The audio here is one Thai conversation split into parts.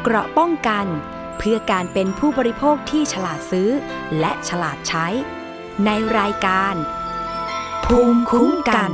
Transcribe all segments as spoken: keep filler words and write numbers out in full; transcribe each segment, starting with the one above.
เกราะป้องกันเพื่อการเป็นผู้บริโภคที่ฉลาดซื้อและฉลาดใช้ในรายการภูมิคุ้มกัน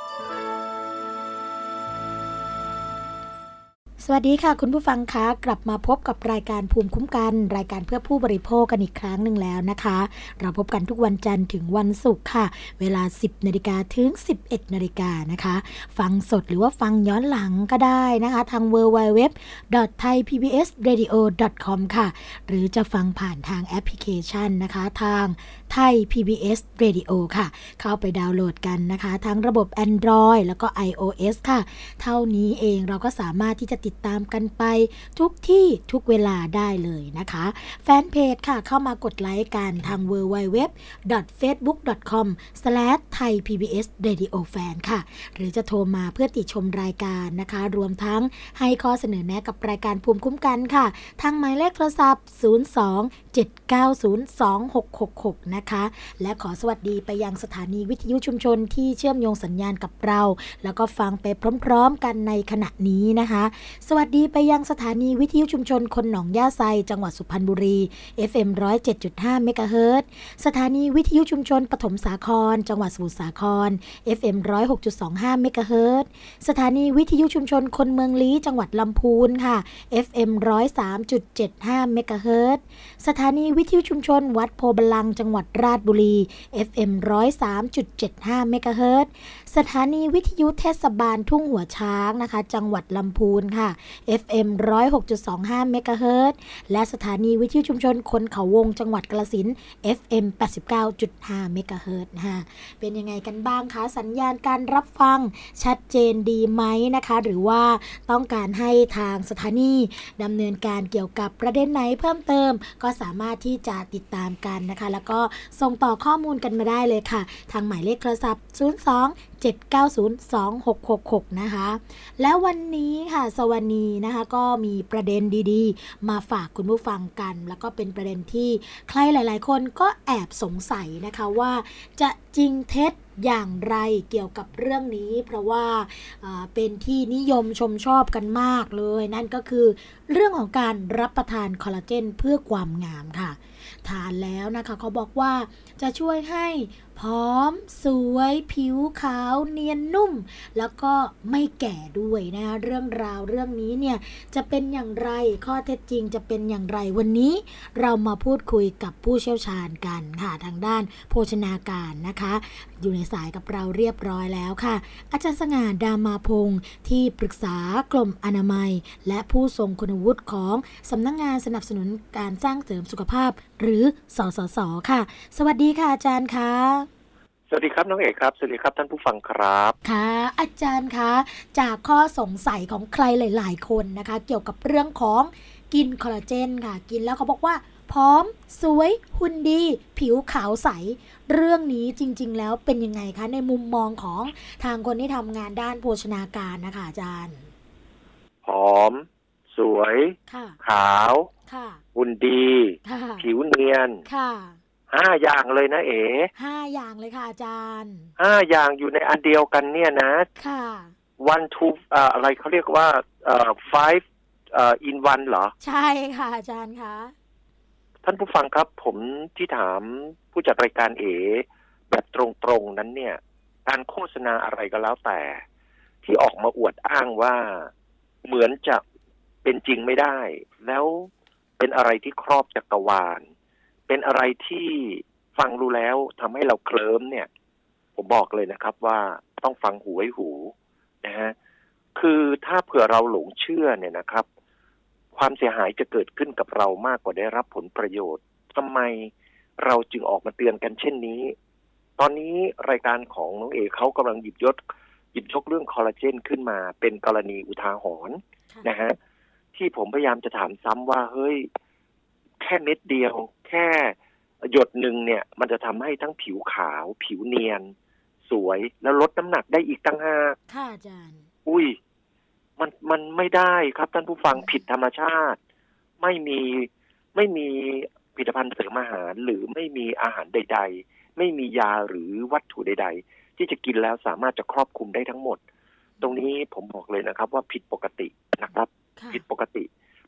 สวัสดีค่ะคุณผู้ฟังคะกลับมาพบกับรายการภูมิคุ้มกันรายการเพื่อผู้บริโภคกันอีกครั้งหนึ่งแล้วนะคะเราพบกันทุกวันจันทร์ถึงวันศุกร์ค่ะเวลา สิบนาฬิกา ถึง สิบเอ็ดนาฬิกา นะคะฟังสดหรือว่าฟังย้อนหลังก็ได้นะคะทาง ดับเบิลยู ดับเบิลยู ดับเบิลยู ดอท ไทย พี บี เอส เรดิโอ ดอท คอม ค่ะหรือจะฟังผ่านทางแอปพลิเคชันนะคะทาง Thai พี บี เอส Radio ค่ะเข้าไปดาวน์โหลดกันนะคะทั้งระบบ Android แล้วก็ iOS ค่ะเท่านี้เองเราก็สามารถที่จะติดตามกันไปทุกที่ทุกเวลาได้เลยนะคะแฟนเพจค่ะเข้ามากดไลค์กันทาง ดับเบิลยู ดับเบิลยู ดับเบิลยู ดอท เฟซบุ๊ก ดอท คอม สแลช ไทย พี บี เอส เรดิโอ แฟน ค่ะหรือจะโทรมาเพื่อติชมรายการนะคะรวมทั้งให้ข้อเสนอแนะกับรายการภูมิคุ้มกันค่ะทางหมายเลขโทรศัพท์ศูนย์ สอง เจ็ด เก้า ศูนย์ สอง หก หก หกนะคะและขอสวัสดีไปยังสถานีวิทยุชุมชนที่เชื่อมโยงสัญญาณกับเราแล้วก็ฟังไปพร้อมๆกันในขณะนี้นะคะสวัสดีไปยังสถานีวิทยุชุมชนคนหนองย่าไซจังหวัดสุพรรณบุรี เอฟ เอ็ม หนึ่งร้อยเจ็ดจุดห้า เมกะเฮิรตซ์ สถานีวิทยุชุมชนปฐมสาครจังหวัดสมุทรสาคร เอฟ เอ็ม หนึ่งร้อยหกจุดสองห้า เมกะเฮิรตซ์ สถานีวิทยุชุมชนคนเมืองลี้จังหวัดลำพูนค่ะ เอฟ เอ็ม หนึ่งร้อยสามจุดเจ็ดห้า เมกะเฮิรตซ์ สถานีวิทยุชุมชนวัดโพบลังจังหวัดราชบุรี เอฟ เอ็ม หนึ่งร้อยสามจุดเจ็ดห้า เมกะเฮิรตซ์ สถานีวิทยุเทศบาลทุ่งหัวช้างนะคะจังหวัดลำพูนค่ะ เอฟ เอ็ม หนึ่งร้อยหกจุดสองห้า เมกะเฮิรตซ์ และสถานีวิทยุชุมชนคนเขาวงจังหวัดกาฬสินธุ์ เอฟ เอ็ม แปดสิบเก้าจุดห้า เมกะเฮิรตซ์นะคะเป็นยังไงกันบ้างคะสัญญาณการรับฟังชัดเจนดีไหมนะคะหรือว่าต้องการให้ทางสถานีดำเนินการเกี่ยวกับประเด็นไหนเพิ่มเติมก็สามารถที่จะติดตามกันนะคะแล้วก็ส่งต่อข้อมูลกันมาได้เลยค่ะทางหมายเลขโทรศัพท์ศูนย์ สอง เจ็ด เก้า ศูนย์ สอง หก หก หกนะคะแล้ววันนี้ค่ะสวนีนะคะก็มีประเด็นดีๆมาฝากคุณผู้ฟังกันแล้วก็เป็นประเด็นที่ใครหลายๆคนก็แอบสงสัยนะคะว่าจะจริงเท็จอย่างไรเกี่ยวกับเรื่องนี้เพราะว่าเป็นที่นิยมชมชอบกันมากเลยนั่นก็คือเรื่องของการรับประทานคอลลาเจนเพื่อความงามค่ะทานแล้วนะคะเขาบอกว่าจะช่วยให้ผอมสวยผิวขาวเนียนนุ่มแล้วก็ไม่แก่ด้วยนะคะเรื่องราวเรื่องนี้เนี่ยจะเป็นอย่างไรข้อเท็จจริงจะเป็นอย่างไรวันนี้เรามาพูดคุยกับผู้เชี่ยวชาญกันค่ะทางด้านโภชนาการนะคะอยู่ในสายกับเราเรียบร้อยแล้วค่ะอาจารย์สง่าดามาพงศ์ที่ปรึกษากรมอนามัยและผู้ทรงคุณวุฒิของสำนักงานสนับสนุนการสร้างเสริมสุขภาพหรือสสส.ค่ะสวัสดีค่ะอาจารย์คะสวัสดีครับน้องเอกครับสวัสดีครับท่านผู้ฟังครับค่ะอาจารย์คะจากข้อสงสัยของใครหลายๆคนนะคะเกี่ยวกับเรื่องของกินคอลลาเจนค่ะกินแล้วเขาบอกว่าพร้อมสวยหุ่นดีผิวขาวใสเรื่องนี้จริงๆแล้วเป็นยังไงคะในมุมมองของทางคนที่ทำงานด้านโภชนาการนะคะอาจารย์พร้อมสวยขาวหุ่นดีผิวเนียนค่ะห้าอย่างเลยนะเอ๋ห้าอย่างเลยค่ะอาจารย์ห้าอย่างอยู่ในอันเดียวกันเนี่ยนะค่ะ one two อ่าอะไรเขาเรียกว่าเอ่อ five เอ่อ in one เหรอใช่ค่ะอาจารย์คะท่านผู้ฟังครับผมที่ถามผู้จัดรายการเอ๋แบบตรงๆนั้นเนี่ยการโฆษณาอะไรก็แล้วแต่ที่ออกมาอวดอ้างว่าเหมือนจะเป็นจริงไม่ได้แล้วเป็นอะไรที่ครอบจักรวาลเป็นอะไรที่ฟังรู้แล้วทำให้เราเคลิ้มเนี่ยผมบอกเลยนะครับว่าต้องฟังหูไว้หูนะฮะคือถ้าเผื่อเราหลงเชื่อเนี่ยนะครับความเสียหายจะเกิดขึ้นกับเรามากกว่าได้รับผลประโยชน์ทำไมเราจึงออกมาเตือนกันเช่นนี้ตอนนี้รายการของน้องเอเขากำลังหยิบยกหยิบยกเรื่องคอลลาเจนขึ้นมาเป็นกรณีอุทาหรณ์นะฮะที่ผมพยายามจะถามซ้ำว่าเฮ้ยแค่เม็ดเดียวแค่หยดหนึ่งเนี่ยมันจะทำให้ทั้งผิวขาวผิวเนียนสวยแล้วลดน้ำหนักได้อีกตั้งห้าค่ะอาจารย์อุ้ยมันมันไม่ได้ครับท่านผู้ฟังผิดธรรมชาติไม่มีไม่มีผลิตภัณฑ์เสริมอาหารหรือไม่มีอาหารใดๆไม่มียาหรือวัตถุใดๆที่จะกินแล้วสามารถจะครอบคลุมได้ทั้งหมดตรงนี้ผมบอกเลยนะครับว่าผิดปกตินะครับผิดปกติผ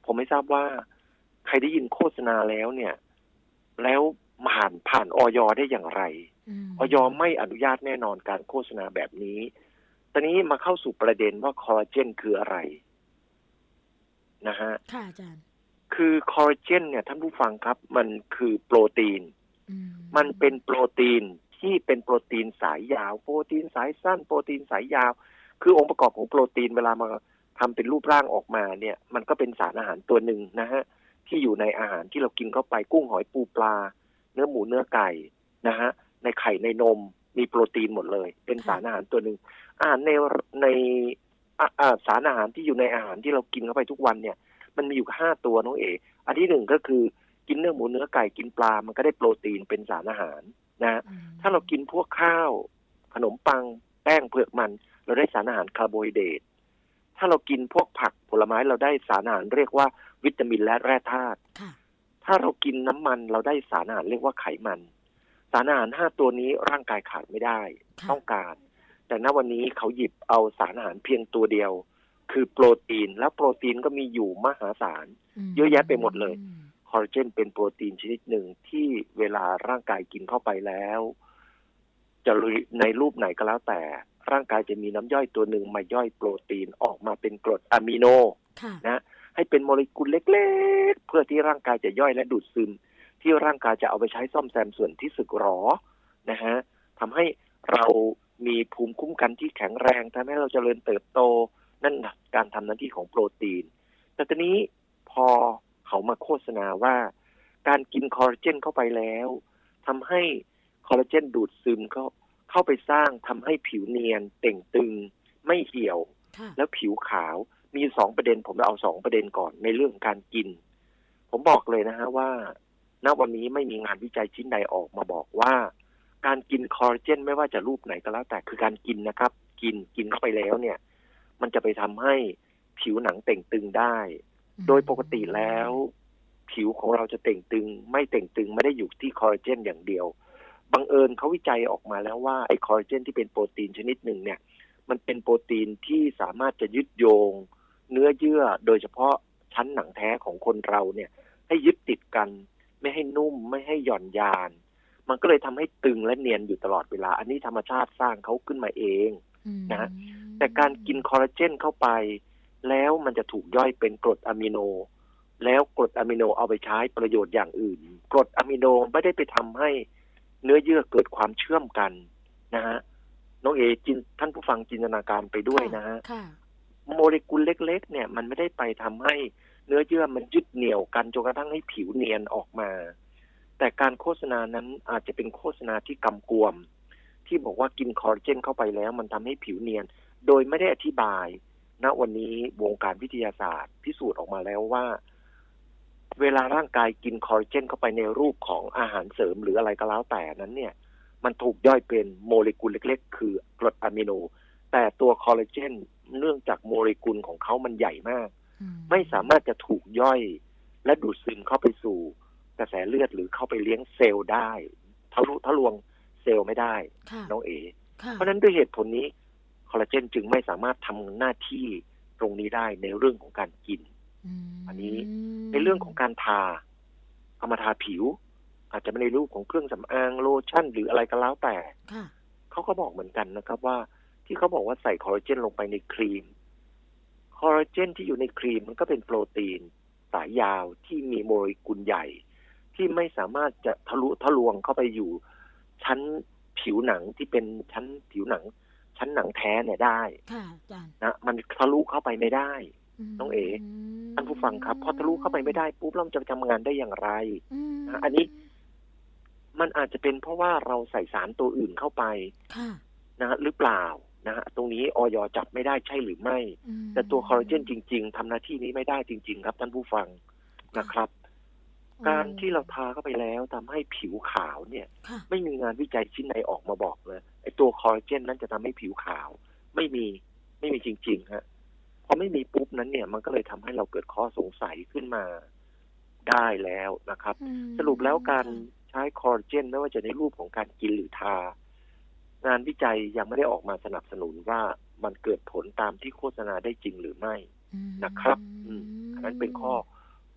ผมไม่ทราบว่าใครได้ยินโฆษณาแล้วเนี่ยแล้วผ่านผ่านอย.ได้อย่างไรอย.ไม่อนุญาตแน่นอนการโฆษณาแบบนี้ตอนนี้มาเข้าสู่ประเด็นว่าคอลลาเจนคืออะไรนะฮะค่ะอาจารย์คือคอลลาเจนเนี่ยท่านผู้ฟังครับมันคือโปรตีนมันเป็นโปรตีนที่เป็นโปรตีนสายยาวโปรตีนสายสั้นโปรตีนสายยาวคือองค์ประกอบของโปรตีนเวลามาทำเป็นรูปร่างออกมาเนี่ยมันก็เป็นสารอาหารตัวหนึ่งนะฮะที่อยู่ในอาหารที่เรากินเข้าไปกุ้งหอยปูปลาเนื้อหมูเนื้อไก่นะฮะในไข่ในนมมีโปรตีนหมดเลยเป็นสารอาหารตัวหนึ่งอาหารในในสารอาหารที่อยู่ในอาหารที่เรากินเข้าไปทุกวันเนี่ยมันมีอยู่ห้าตัวน้องเอ๋อันที่หนึ่งก็คือกินเนื้อหมูเนื้อไก่กินปลามันก็ได้โปรตีนเป็นสารอาหารนะถ้าเรากินพวกข้าวขนมปังแป้งเผือกมันเราได้สารอาหารคาร์โบไฮเดรตถ้าเรากินพวกผักผลไม้เราได้สารอาหารเรียกว่าวิตามินและแร่ธาตุถ้าเรากินน้ำมันเราได้สารอาหารเรียกว่าไขมันสารอาหารห้าตัวนี้ร่างกายขาดไม่ได้ต้องการแต่ณวันนี้เขาหยิบเอาสารอาหารเพียงตัวเดียวคือโปรตีนแล้วโปรตีนก็มีอยู่มหาศาลเยอะแยะไปหมดเลยคอลลาเจนเป็นโปรตีนชนิดหนึ่งที่เวลาร่างกายกินเข้าไปแล้วจะในรูปไหนก็แล้วแต่ร่างกายจะมีน้ำย่อยตัวหนึ่งมาย่อยโปรตีนออกมาเป็นกรดอะมิโนนะให้เป็นโมเลกุลเล็กๆเพื่อที่ร่างกายจะย่อยและดูดซึมที่ร่างกายจะเอาไปใช้ซ่อมแซมส่วนที่สึกหรอนะฮะทำให้เรามีภูมิคุ้มกันที่แข็งแรงทำให้เราเจริญเติบโตนั่นการทำหน้าที่ของโปรตีนแต่ตอนนี้พอเขามาโฆษณาว่าการกินคอลลาเจนเข้าไปแล้วทำให้คอลลาเจนดูดซึมเข้าเข้าไปสร้างทำให้ผิวเนียนเต่งตึงไม่เหี่ยวแล้วผิวขาวมีสองประเด็นผมจะเอาสองประเด็นก่อนในเรื่องการกินผมบอกเลยนะฮะว่าณวันนี้ไม่มีงานวิจัยชิ้นใดออกมาบอกว่าการกินคอลลาเจนไม่ว่าจะรูปไหนก็แล้วแต่คือการกินนะครับกินกินเข้าไปแล้วเนี่ยมันจะไปทำให้ผิวหนังเต่งตึงได้โดยปกติแล้วผิวของเราจะเต่งตึงไม่เต่งตึงไม่ได้อยู่ที่คอลลาเจนอย่างเดียวบังเอิญเขาวิจัยออกมาแล้วว่าไอ้คอลลาเจนที่เป็นโปรตีนชนิดหนึ่งเนี่ยมันเป็นโปรตีนที่สามารถจะยึดโยงเนื้อเยื่อโดยเฉพาะชั้นหนังแท้ของคนเราเนี่ยให้ยึดติดกันไม่ให้นุ่มไม่ให้หย่อนยานมันก็เลยทำให้ตึงและเนียนอยู่ตลอดเวลาอันนี้ธรรมชาติสร้างเขาขึ้นมาเองนะแต่การกินคอลลาเจนเข้าไปแล้วมันจะถูกย่อยเป็นกรดอะมิโนแล้วกรดอะมิโนเอาไปใช้ประโยชน์อย่างอื่นกรดอะมิโนไม่ได้ไปทำให้เนื้อเยื่อเกิดความเชื่อมกันนะฮะน้องเอจินท่านผู้ฟังจินตนาการไปด้วยนะฮะโมเลกุลเล็กๆเนี่ยมันไม่ได้ไปทำให้เนื้อเยื่อมันยึดเหนี่ยวกันจนกระทั่งให้ผิวเนียนออกมาแต่การโฆษณานั้นอาจจะเป็นโฆษณาที่กำกวมที่บอกว่ากินคอลลาเจนเข้าไปแล้วมันทำให้ผิวเนียนโดยไม่ได้อธิบายณวันนี้วงการวิทยาศาสตร์พิสูจน์ออกมาแล้วว่าเวลาร่างกายกินคอลลาเจนเข้าไปในรูปของอาหารเสริมหรืออะไรก็แล้วแต่นั้นเนี่ยมันถูกย่อยเป็นโมเลกุลเล็กๆคือกรดอะมิโนแต่ตัวคอลลาเจนเนื่องจากโมเลกุลของเขามันใหญ่มากไม่สามารถจะถูกย่อยและดูดซึมเข้าไปสู่กระแสเลือดหรือเข้าไปเลี้ยงเซลล์ได้ทะลุทะลวงเซลล์ไม่ได้น้องเอเพราะฉะนั้นด้วยเหตุผลนี้คอลลาเจนจึงไม่สามารถทำหน้าที่ตรงนี้ได้ในเรื่องของการกินอันนี้ในเรื่องของการทาเอามาทาผิวอาจจะไม่ในรูปของเครื่องสำอางโลชั่นหรืออะไรก็แล้วแต่เขาก็บอกเหมือนกันนะครับว่าที่เขาบอกว่าใส่คอลลาเจนลงไปในครีมคอลลาเจนที่อยู่ในครีมมันก็เป็นโปรตีนสายยาวที่มีโมเลกุลใหญ่ที่ไม่สามารถจะทะลุทะลวงเข้าไปอยู่ชั้นผิวหนังที่เป็นชั้นผิวหนังชั้นหนังแท้เนี่ยได้นะมันทะลุเข้าไปไม่ได้น้องเอ๋ท่านผู้ฟังครับพอทะลุเข้าไปไม่ได้ปุ๊บเราจะทำงานได้อย่างไรนะอันนี้มันอาจจะเป็นเพราะว่าเราใส่สารตัวอื่นเข้าไปนะหรือเปล่านะตรงนี้อย.จับไม่ได้ใช่หรือไม่แต่ตัวคอลลาเจนจริงๆทำหน้าที่นี้ไม่ได้จริงๆครับท่านผู้ฟังนะครับการที่เราทาเข้าไปแล้วทำให้ผิวขาวเนี่ยไม่มีงานวิจัยชิ้นไหนออกมาบอกเลยไอ้ตัวคอลลาเจนนั้นจะทำให้ผิวขาวไม่มีไม่มีจริงๆฮะพอไม่มีปุ๊บนั้นเนี่ยมันก็เลยทำให้เราเกิดข้อสงสัยขึ้นมาได้แล้วนะครับสรุปแล้วการใช้คอลลาเจนไม่ว่าจะในรูปของการกินหรือทางานวิจัยยังไม่ได้ออกมาสนับสนุนว่ามันเกิดผลตามที่โฆษณาได้จริงหรือไม่นะครับอืมอันนั้นเป็นข้อ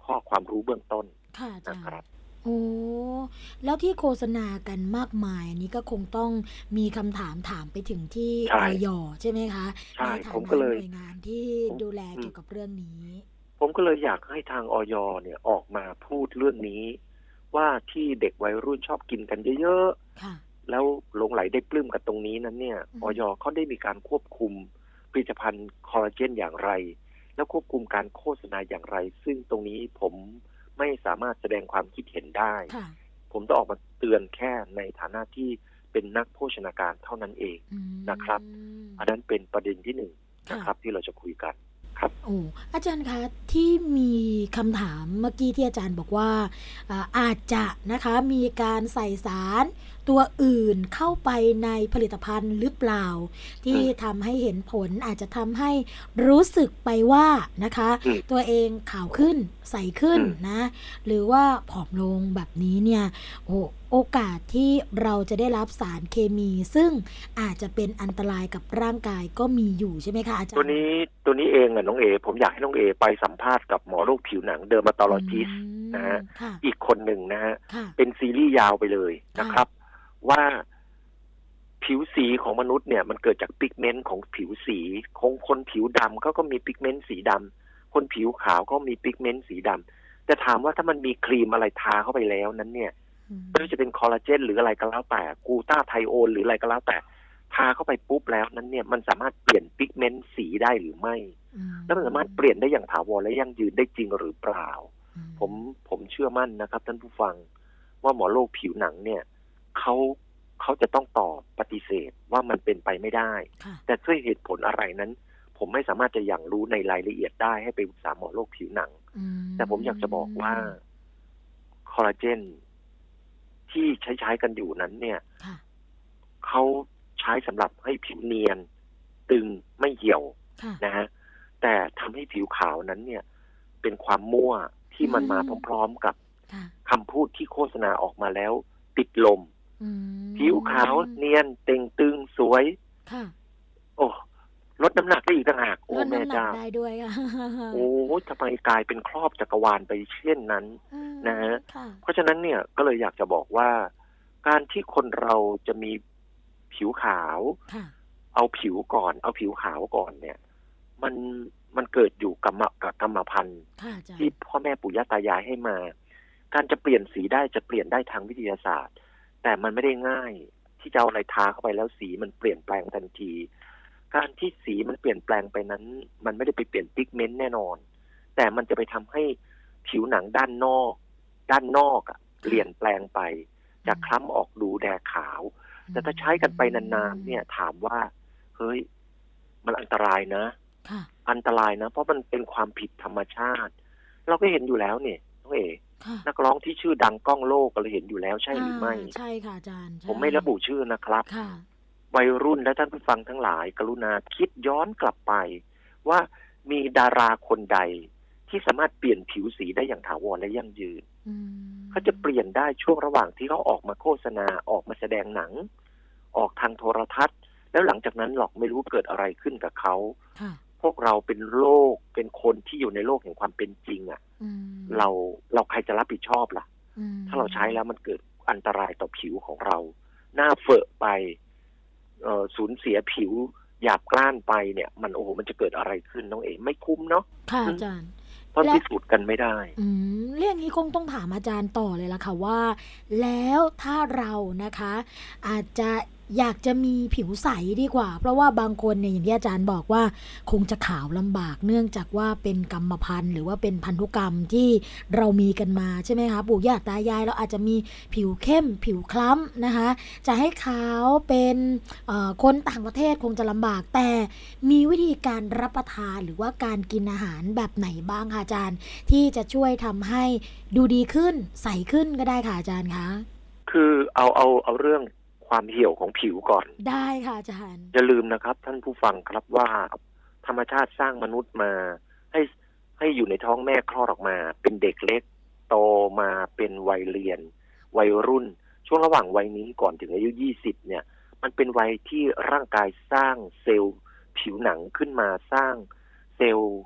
ข้อความรู้เบื้องต้นค่ะอาจารนะครับย์โอ้แล้วที่โฆษณากันมากมายอันนี้ก็คงต้องมีคำถามถามไปถึงที่ใช่อย ใช่ไหมคะใช่ในฐาผมนะก็เลหยน่วยงานที่ผมดูแลอืเกี่ยมวกับเรื่องนี้ผมก็เลยอยากให้ทาง อย. เนี่ยออกมาพูดเรื่องนี้ ว่าที่เด็กวัยรุ่นชอบกินกันเยอะค่ะๆ แล้วหลงใหลได้ปลื้มกับตรงนี้นั้นเนี่ยอืออฮึย. เขาได้มีการควบคุมผลิตภัณฑ์คอลลาเจนอย่างไร แล้วควบคุมการโฆษณาอย่างไร ซึ่งตรงนี้ผมไม่สามารถแสดงความคิดเห็นได้ค่ะผมต้องออกมาเตือนแค่ในฐานะที่เป็นนักโภชนาการเท่านั้นเองอืนะครับมอันนั้นเป็นประเด็นที่ หนึ่งค่ะนะครับที่เราจะคุยกันครับโอ้ อาจารย์คะ ที่มีคำถามเมื่อกี้ที่อาจารย์บอกว่า อ่า อาจจะนะคะมีการใส่สารตัวอื่นเข้าไปในผลิตภัณฑ์หรือเปล่า ท ที่อืมทำให้เห็นผล อาจจะทำให้รู้สึกไปว่านะคะอืมตัวเองขาวขึ้น ใสขึ้นอืมนะ หรือว่าผอมลงแบบนี้เนี่ย โอ้ โอกาสที่เราจะได้รับสารเคมี ซึ่งอาจจะเป็นอันตรายกับร่างกายก็มีอยู่ใช่ไหมคะอาจารย์? ตัวนี้ ตัวนี้เองอะน้องเอ ผมอยากให้น้องเอไปสัมภาษณ์กับหมอโรคผิวหนัง Dermatologist อืมนะฮะค่ะอีกคนหนึ่งนะฮะค่ะเป็นซีรีส์ยาวไปเลยนะค่ะครับ ว่าผิวสีของมนุษย์เนี่ยมันเกิดจากพิกเมนต์ของผิวสี ของคนผิวดำเขาก็มีพิกเมนต์สีดำ คนผิวขาวก็มีพิกเมนต์สีดำ แต่ถามว่าถ้ามันมีครีมอะไรทาเข้าไปแล้วนั้นเนี่ยอืมไม่ว่าจะเป็นคอลลาเจนหรืออะไรก็แล้วแต่ กลูตาไทโอนหรืออะไรก็แล้วแต่ ทาเข้าไปปุ๊บแล้วนั้นเนี่ยมันสามารถเปลี่ยนพิกเมนต์สีได้หรือไม่อืมแล้วมันสามารถเปลี่ยนได้อย่างถาวรและยั่งยืนได้จริงหรือเปล่าอืมผม ผมเชื่อมั่นนะครับท่านผู้ฟัง ว่าหมอโรคผิวหนังเนี่ยเขาเขาจะต้องตอบปฏิเสธว่ามันเป็นไปไม่ได้ค่ะแต่ด้วยเหตุผลอะไรนั้น ผมไม่สามารถจะอย่างรู้ในรายละเอียดได้ให้ไปปรึกษาหมอโรคผิวหนังอืมแต่ผมอยากจะบอกว่าคอลลาเจนที่ใช้ใช้กันอยู่นั้นเนี่ยค่ะเขาใช้สำหรับให้ผิวเนียน ตึงไม่เหี่ยวค่ะนะฮะ แต่ทำให้ผิวขาวนั้นเนี่ย เป็นความมั่วที่มันมาอืมพร้อมๆกับค่ะคำพูดที่โฆษณาออกมาแล้วติดลมอืมผิวขาวเนียนเต่งตึงสวยค่ะโอ้ลดน้ำหนักได้อีกต่างหาก โอ้ลดแม่น้ำหนักเจ้าได้ด้วยค่ะโอ้ทำไมกลายเป็นครอบจักรวาลไปเช่นนั้นอืมนะฮะค่ะเพราะฉะนั้นเนี่ยก็เลยอยากจะบอกว่า การที่คนเราจะมีผิวขาวค่ะเอาผิวก่อน เอาผิวขาวก่อนเนี่ย มันมันเกิดอยู่กรรมกับกรรมพันธุ์ค่ะอาจารที่ย์พ่อแม่ปู่ย่าตายายให้มา การจะเปลี่ยนสีได้จะเปลี่ยนได้ทางวิทยาศาสตร์ แต่มันไม่ได้ง่าย ที่จะเอาอะไรทาเข้าไปแล้วสีมันเปลี่ยนแปลงทันที การที่สีมันเปลี่ยนแปลงไปนั้น มันไม่ได้ไปเปลี่ยนพิกเมนต์แน่นอน แต่มันจะไปทำให้ผิวหนังด้านนอก ด้านนอกอะเปลี่ยนแปลงไป จากคล้ำออกดูแดงขาว แต่ถ้าใช้กันไปนานๆเนี่ยถามว่าเฮ้ยมันอันตรายนะค่ะอันตรายนะ เพราะมันเป็นความผิดธรรมชาติ เราก็เห็นอยู่แล้วเนี่ยน้องเอ๋ค่ะนักร้องที่ชื่อดังก้องโลกเราเห็นอยู่แล้วใช่หรือไม่าใช่ค่ะอาจารย์ผมไม่ระบุชื่อนะครับค่ะวัยรุ่นและท่านผู้ฟังทั้งหลาย กรุณาคิดย้อนกลับไป ว่ามีดาราคนใดที่สามารถเปลี่ยนผิวสีได้อย่างถาวรและยั่งยืนอืมเขาจะเปลี่ยนได้ช่วงระหว่างที่เขาออกมาโฆษณาออกมาแสดงหนัง ออกทางโทรทัศน์ แล้วหลังจากนั้นหรอกไม่รู้เกิดอะไรขึ้นกับเขาค่ะพวกเราเป็นโลกเป็นคนที่อยู่ในโลกแห่งความเป็นจริงอะ่ะอืมเราเราใครจะรับผิดชอบล่ะอืมถ้าเราใช้แล้วมันเกิดอันตรายต่อผิวของเรา หน้าเฟอะไปเอ่อสูญเสียผิวหยาบกร้านไปเนี่ย มันโอ้โหมันจะเกิดอะไรขึ้นน้องเอ๋ไม่คุ้มเนาะค่ะอาจารย์เพราะและพิสูจน์กันไม่ได้อืมเรื่องนี้คงต้องถามอาจารย์ต่อเลยล่ะค่ะว่า แล้วถ้าเรานะคะ อาจจะอยากจะมีผิวใสดีกว่า เพราะว่าบางคนเนี่ยอย่างที่อาจารย์บอกว่า คงจะขาวลำบากเนื่องจากว่าเป็นกรรมพันธุ์หรือว่าเป็นพันธุกรรมที่เรามีกันมาใช่ไหมคะปู่ย่าตายายเราอาจจะมีผิวเข้มผิวคล้ำนะคะ จะให้ขาวเป็นเอ่อคนต่างประเทศคงจะลำบาก แต่มีวิธีการรับประทานหรือว่าการกินอาหารแบบไหนบ้างคะอาจารย์ ที่จะช่วยทำให้ดูดีขึ้นใสขึ้นก็ได้ค่ะอาจารย์คะคือเอาเอาเอาเรื่องความเหี่ยวของผิวก่อนได้ค่ะอาจารย์อย่าลืมนะครับ ท่านผู้ฟังครับว่าธรรมชาติสร้างมนุษย์มาให้ให้อยู่ในท้องแม่คลอดออกมา เป็นเด็กเล็กโตมาเป็นวัยเรียน วัยรุ่น ช่วงระหว่างวัยนี้ก่อนถึงอายุยี่สิบเนี่ย มันเป็นวัยที่ร่างกายสร้างเซลล์ผิวหนังขึ้นมาสร้างเซลล์ก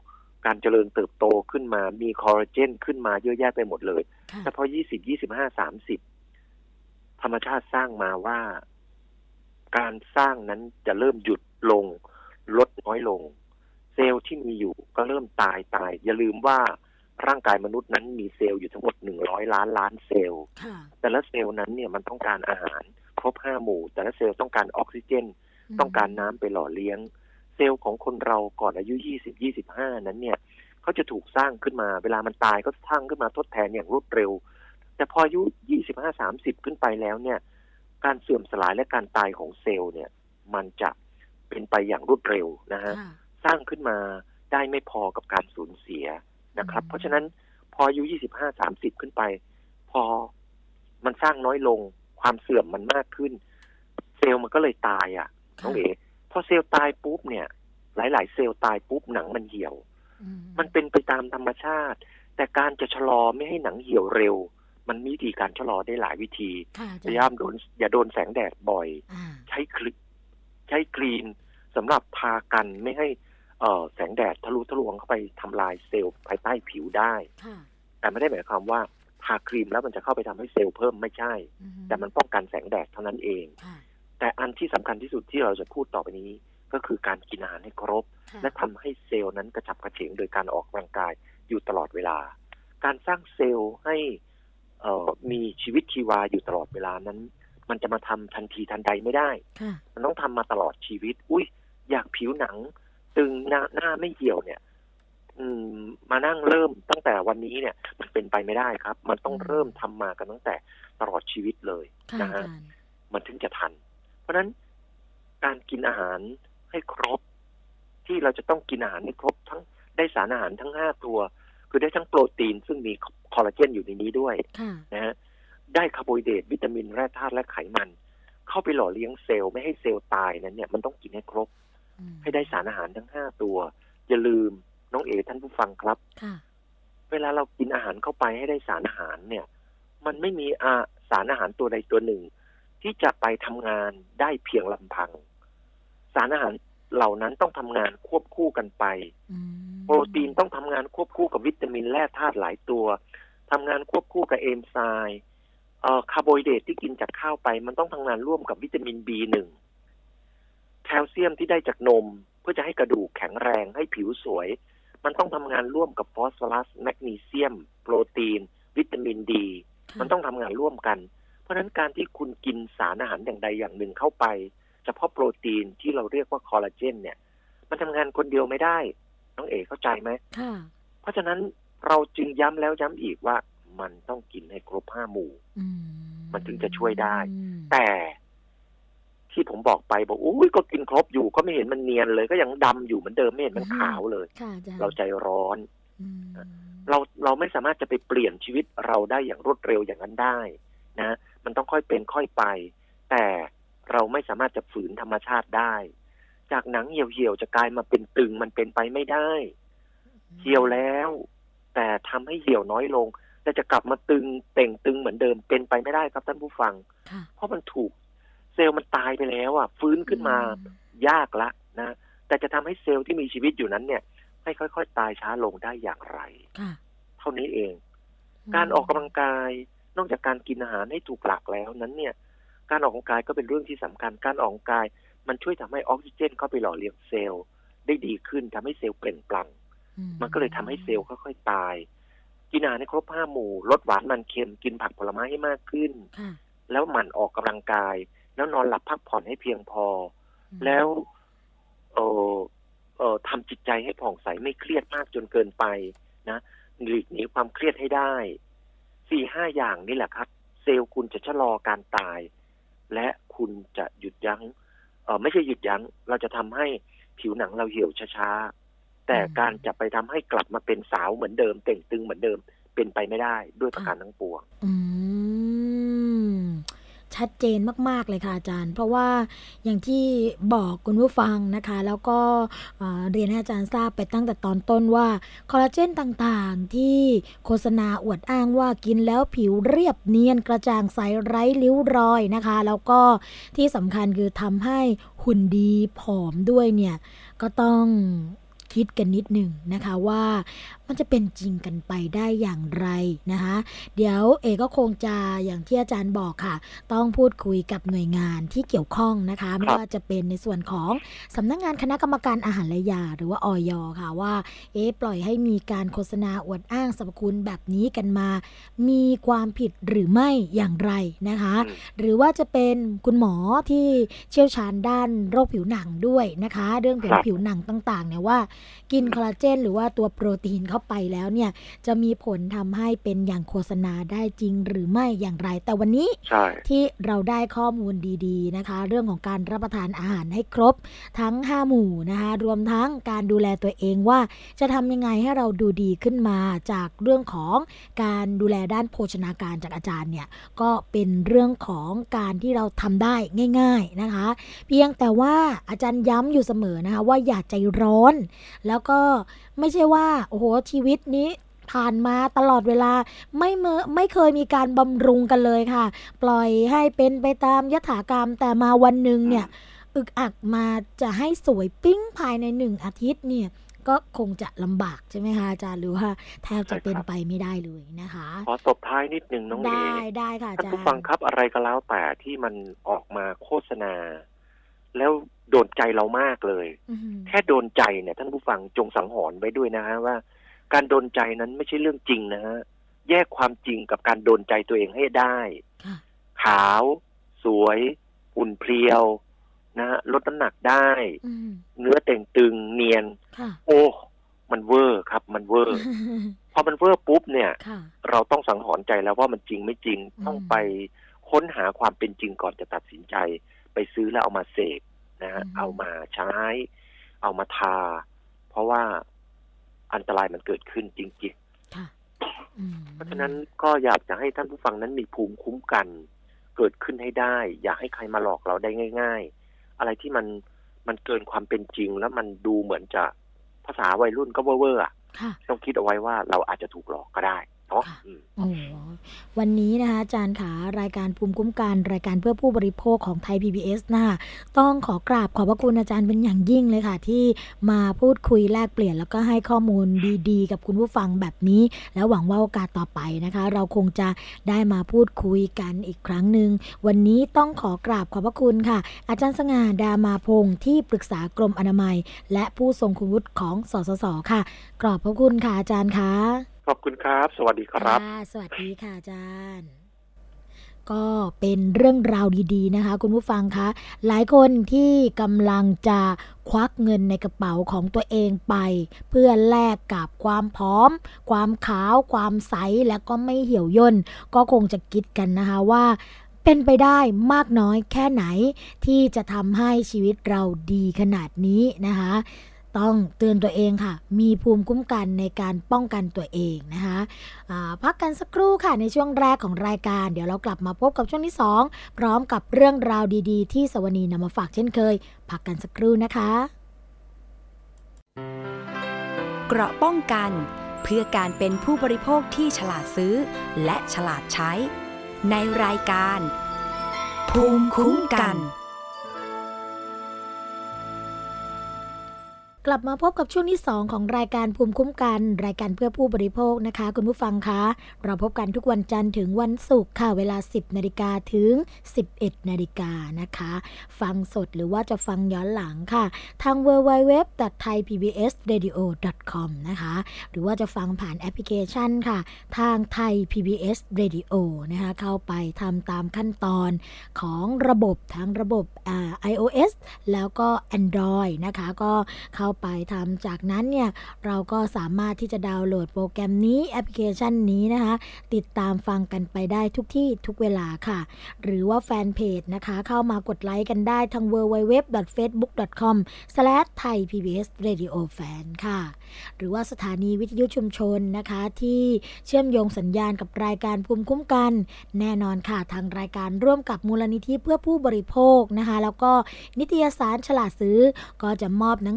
การเจริญเติบโตขึ้นมามีคอลลาเจนขึ้นมาเยอะแยะไปหมดเลยแต่พอยี่สิบ ยี่สิบห้า สามสิบธรรมชาติสร้างมาว่าการสร้างนั้นจะเริ่มหยุดลงลดน้อยลงเซลล์ที่มีอยู่ก็เริ่มตายตายอย่าลืมว่าร่างกายมนุษย์นั้นมีเซลล์อยู่ทั้งหมดหนึ่งร้อยล้านล้านเซลล์แต่ละเซลล์นั้นเนี่ยมันต้องการอาหารครบห้าหมู่แต่ละเซลล์ต้องการออกซิเจนต้องการน้ำไปหล่อเลี้ยงเซลล์ของคนเราก่อนอายุยี่สิบ ยี่สิบห้านั้นเนี่ยเขาจะถูกสร้างขึ้นมาเวลามันตายก็สร้างขึ้นมาทดแทนอย่างรวดเร็วแต่พออายุยี่สิบห้า สามสิบขึ้นไปแล้วเนี่ยการเสื่อมสลายและการตายของเซลล์เนี่ยมันจะเป็นไปอย่างรวดเร็วนะฮะสร้างขึ้นมาได้ไม่พอกับการสูญเสียนะครับเพราะฉะนั้นพออายุยี่สิบห้า สามสิบขึ้นไปพอมันสร้างน้อยลงความเสื่อมมันมากขึ้นเซลล์มันก็เลยตายอ่ะน้องเอ๋พอเซลล์ตายปุ๊บเนี่ยหลายๆเซลล์ตายปุ๊บหนังมันเหี่ยวมันเป็นไปตามธรรมชาติแต่การจะชะลอไม่ให้หนังเหี่ยวเร็วมันมีวิธีการชะลอได้หลายวิธีพยายามโดนอย่าโดนแสงแดดบ่อยใช้ครีมใช้ครีมสำหรับทากันไม่ให้เอ่อแสงแดดทะลุทะลวงเข้าไปทำลายเซลล์ภายใต้ผิวได้แต่ไม่ได้หมายความว่าทาครีมแล้วมันจะเข้าไปทำให้เซลล์เพิ่มไม่ใช่แต่มันป้องกันแสงแดดเท่านั้นเองแต่อันที่สำคัญที่สุดที่เราจะพูดต่อไปนี้ก็คือการกินอาหารให้ครบและทำให้เซลล์นั้นกระฉับกระเฉงโดยการออกกำลังกายอยู่ตลอดเวลาการสร้างเซลล์ให้เอ่อมีชีวิตชีวาอยู่ตลอดเวลานั้นมันจะมาทำทันทีทันใดไม่ได้มันต้องทำมาตลอดชีวิตอุ้ยอยากผิวหนังตึงหน้าหน้าไม่เหี่ยวเนี่ยอืมมานั่งเริ่มตั้งแต่วันนี้เนี่ยมันเป็นไปไม่ได้ครับมันต้องเริ่มทำมากันตั้งแต่ตลอดชีวิตเลยนะฮะมันถึงจะทันเพราะฉะนั้นการกินอาหารให้ครบที่เราจะต้องกินอาหารให้ครบทั้งได้สารอาหารทั้งห้าตัวคือได้ทั้งโปรตีนซึ่งมีคอลลาเจนอยู่ในนี้ด้วยนะฮะได้คาร์โบไฮเดรตวิตามินแร่ธาตุและไขมันเข้าไปหล่อเลี้ยงเซลล์ไม่ให้เซลล์ตายนั้นเนี่ยมันต้องกินให้ครบให้ได้สารอาหารทั้งห้าตัวอย่าลืมน้องเอ๋ท่านผู้ฟังครับเวลาเรากินอาหารเข้าไปให้ได้สารอาหารเนี่ยมันไม่มีอาสารอาหารตัวใดตัวหนึ่งที่จะไปทำงานได้เพียงลำพังสารอาหารเหล่านั้นต้องทำงานควบคู่กันไปโปรตีนต้องทำงานควบคู่กับวิตามินแร่ธาตุหลายตัวทำงานควบคู่กับเอนไซม์เอ่อคาร์โบไฮเดรตที่กินจากข้าวไปมันต้องทำงานร่วมกับวิตามิน บี หนึ่ง แคลเซียมที่ได้จากนมเพื่อจะให้กระดูกแข็งแรงให้ผิวสวยมันต้องทำงานร่วมกับฟอสฟอรัสแมกนีเซียมโปรตีนวิตามินดีมันต้องทำงานร่วมกันเพราะฉะนั้นการที่คุณกินสารอาหารอย่างใดอย่างหนึ่งเข้าไปเฉพาะโปรตีนที่เราเรียกว่าคอลลาเจนเนี่ยมันทำงานคนเดียวไม่ได้น้องเอ๋เข้าใจไหมเพราะฉะนั้นเราจึงย้ำแล้วย้ำอีกว่ามันต้องกินให้ครบห้าหมู่มันถึงจะช่วยได้แต่ที่ผมบอกไปบอกอุ้ยก็กินครบอยู่ก็ไม่เห็นมันเนียนเลยก็ยังดำอยู่เหมือนเดิมไม่เห็นมันขาวเลยเราใจร้อนเราเราไม่สามารถจะไปเปลี่ยนชีวิตเราได้อย่างรวดเร็วอย่างนั้นได้นะมันต้องค่อยเป็นค่อยไปแต่เราไม่สามารถจะฝืนธรรมชาติได้จากหนังเหี่ยวๆจะกลายมาเป็นตึงมันเป็นไปไม่ได้เหี่ยวแล้วแต่ทำให้เหี่ยวน้อยลงแต่จะกลับมาตึงเต่งตึงเหมือนเดิมเป็นไปไม่ได้ครับท่านผู้ฟังเพราะมันถูกเซลล์มันตายไปแล้วอ่ะฟื้นขึ้นมายากละนะแต่จะทำให้เซลล์ที่มีชีวิตอยู่นั้นเนี่ยให้ค่อยๆตายช้าลงได้อย่างไรเท่านี้เองการออกกำลังกายนอกจากการกินอาหารให้ถูกหลักแล้วนั้นเนี่ยการออกกำลังกายก็เป็นเรื่องที่สำคัญการออกกำลังกายมันช่วยทำให้ออกซิเจนเข้าไปหล่อเลี้ยงเซลล์ได้ดีขึ้นทำให้เซลล์เปล่งปลั่งมันก็เลยทำให้เซลล์ค่อยๆตายกินอาหารให้ครบห้าหมู่ลดหวานมันเค็มกินผักผลไม้ให้มากขึ้นแล้วหมั่นออกกำลังกายแล้วนอนหลับพักผ่อนให้เพียงพอแล้วเออเออทำจิตใจให้ผ่องใสไม่เครียดมากจนเกินไปนะหลีกหนีความเครียดให้ได้สี่ห้าอย่างนี่แหละครับเซลล์คุณจะชะลอการตายและคุณจะหยุดยั้งเออไม่ใช่หยุดยั้งเราจะทำให้ผิวหนังเราเหี่ยวช้าๆแต่การจะไปทำให้กลับมาเป็นสาวเหมือนเดิมเต่งตึงเหมือนเดิมเป็นไปไม่ได้ด้วยประการทั้งปวงอืมชัดเจนมากๆเลยค่ะอาจารย์เพราะว่าอย่างที่บอกคุณผู้ฟังนะคะแล้วก็เรียนให้อาจารย์ทราบไปตั้งแต่ตอนต้นว่าคอลลาเจนต่างๆที่โฆษณาอวดอ้างว่ากินแล้วผิวเรียบเนียนกระจ่างใสไร้ริ้วรอยนะคะแล้วก็ที่สำคัญคือทำให้หุ่นดีผอมด้วยเนี่ยก็ต้องคคิดกันนิดหนึ่งนะคะว่ามันจะเป็นจริงกันไปได้อย่างไรนะคะเดี๋ยวเอก็คงจะอย่างที่อาจารย์บอกค่ะต้องพูดคุยกับหน่วยงานที่เกี่ยวข้องนะคะไม่ว่าจะเป็นในส่วนของสำนักงานคณะกรรมการอาหารและยาหรือว่าอย.ค่ะว่าเอ๊ะปล่อยให้มีการโฆษณาอวดอ้างสรรพคุณแบบนี้กันมามีความผิดหรือไม่อย่างไรนะคะหรือว่าจะเป็นคุณหมอที่เชี่ยวชาญด้านโรคผิวหนังด้วยนะคะเรื่องของผิวหนังต่างๆเนี่ยว่ากินคอลลาเจนหรือว่าตัวโปรตีนเข้าไปแล้วเนี่ยจะมีผลทำให้เป็นอย่างโฆษณาได้จริงหรือไม่อย่างไรแต่วันนี้ที่เราได้ข้อมูลดีๆนะคะเรื่องของการรับประทานอาหารให้ครบทั้งห้าหมู่นะคะรวมทั้งการดูแลตัวเองว่าจะทำยังไงให้เราดูดีขึ้นมาจากเรื่องของการดูแลด้านโภชนาการจากอาจารย์เนี่ยก็เป็นเรื่องของการที่เราทำได้ง่ายๆนะคะเพียงแต่ว่าอาจารย์ย้ำอยู่เสมอนะคะว่าอย่าใจร้อนแล้วก็ไม่ใช่ว่าโอ้โหชีวิตนี้ผ่านมาตลอดเวลาไม่เมื่อไม่เคยมีการบำรุงกันเลยค่ะปล่อยให้เป็นไปตามยถากรรมแต่มาวันหนึ่งเนี่ยอึกอักมาจะให้สวยปิ้งภายในหนึ่งอาทิตย์เนี่ยก็คงจะลำบากใช่ไหมคะอาจารย์หรือว่าแทบจะเป็นไปไม่ได้เลยนะคะขอตบท้ายนิดนึงน้องเอได้ได้ค่ะอาจารย์ท่านผู้ฟังครับอะไรก็แล้วแต่ที่มันออกมาโฆษณาแล้วโดนใจเรามากเลยแค่โดนใจเนี่ยท่านผู้ฟังจงสังหรณ์ไว้ด้วยนะฮะว่าการโดนใจนั้นไม่ใช่เรื่องจริงนะฮะแยกความจริงกับการโดนใจตัวเองให้ได้ขาวสวยหุ่นเพรียวนะฮะลดน้ำหนักได้เนื้อเต่งตึงเนียนโอ้มันเวอร์ครับมันเวอร์ พอมันเวอร์ปุ๊บเนี่ยเราต้องสังหรณ์ใจแล้วว่ามันจริงไม่จริงต้องไปค้นหาความเป็นจริงก่อนจะตัดสินใจไปซื้อแล้วเอามาเสพนะฮะเอามาใช้เอามาทาเพราะว่าอันตรายมันเกิดขึ้นจริงๆเพราะฉะนั้นก็อยากจะให้ท่านผู้ฟังนั้นมีภูมิคุ้มกันเกิดขึ้นให้ได้อย่าให้ใครมาหลอกเราได้ง่ายๆอะไรที่มันมันเกินความเป็นจริงแล้วมันดูเหมือนจะภาษาวัยรุ่นก็เว่อร์ๆอ่ะต้องคิดเอาไว้ว่าเราอาจจะถูกหลอกก็ได้เนาะโอ้วันนี้นะคะอาจารย์ขารายการภูมิคุ้มกันรายการเพื่อผู้บริโภคของไทย พี บี เอส นะคะต้องขอกราบขอบพระคุณอาจารย์เป็นอย่างยิ่งเลยค่ะที่มาพูดคุยแลกเปลี่ยนแล้วก็ให้ข้อมูลดีๆกับคุณผู้ฟังแบบนี้แล้วหวังว่าโอกาสต่อไปนะคะเราคงจะได้มาพูดคุยกันอีกครั้งหนึ่งวันนี้ต้องขอกราบขอบพระคุณค่ะอาจารย์สง่าดามาพงศ์ที่ปรึกษากรมอนามัยและผู้ทรงคุณวุฒิของสสสค่ะขอบพระคุณค่ะอาจารย์คะขอบคุณครับสวัสดีครับสวัสดีค่ะอาจารย์ก็เป็นเรื่องราวดีๆนะคะคุณผู้ฟังคะหลายคนที่กำลังจะควักเงินในกระเป๋าของตัวเองไปเพื่อแลกกับความผอมความขาวความใสและก็ไม่เหี่ยวย่นก็คงจะคิดกันนะคะว่าเป็นไปได้มากน้อยแค่ไหนที่จะทำให้ชีวิตเราดีขนาดนี้นะคะต้องเตือนตัวเองค่ะมีภูมิคุ้มกันในการป้องกันตัวเองนะคะพักกันสักครู่ค่ะในช่วงแรกของรายการเดี๋ยวเรากลับมาพบกับช่วงที่สองพร้อมกับเรื่องราวดีๆที่สวนีนำมาฝากเช่นเคยพักกันสักครู่นะคะเกราะป้องกันเพื่อการเป็นผู้บริโภคที่ฉลาดซื้อและฉลาดใช้ในรายการภูมิคุ้มกันกลับมาพบกับช่วงที่สองของรายการภูมิคุ้มกันรายการเพื่อผู้บริโภคนะคะคุณผู้ฟังคะเราพบกันทุกวันจันทร์ถึงวันศุกร์ค่ะเวลา สิบนาฬิกาถึง สิบเอ็ดนาฬิกานะคะฟังสดหรือว่าจะฟังย้อนหลังค่ะทาง ดับเบิลยู ดับเบิลยู ดับเบิลยู ดอท ไทย พี บี เอส เรดิโอ ดอท คอม นะคะหรือว่าจะฟังผ่านแอปพลิเคชันค่ะทาง Thai พี บี เอส Radio นะคะเข้าไปทำตามขั้นตอนของระบบทั้งระบบอ่า iOS แล้วก็ Android นะคะก็เข้าไปทำจากนั้นเนี่ยเราก็สามารถที่จะดาวน์โหลดโปรแกรมนี้แอปพลิเคชันนี้นะคะติดตามฟังกันไปได้ทุกที่ทุกเวลาค่ะหรือว่าแฟนเพจนะคะเข้ามากดไลค์กันได้ทาง ดับเบิลยู ดับเบิลยู ดับเบิลยู ดอท เฟซบุ๊ก ดอท คอม สแลช ไทย พี บี เอส เรดิโอ แฟน ค่ะหรือว่าสถานีวิทยุชุมชนนะคะที่เชื่อมโยงสัญญาณกับรายการภูมิคุ้มกันแน่นอนค่ะทางรายการร่วมกับมูลนิธิเพื่อผู้บริโภคนะคะแล้วก็นิตยสารฉลาดซื้อก็จะมอบหนังสือนิตย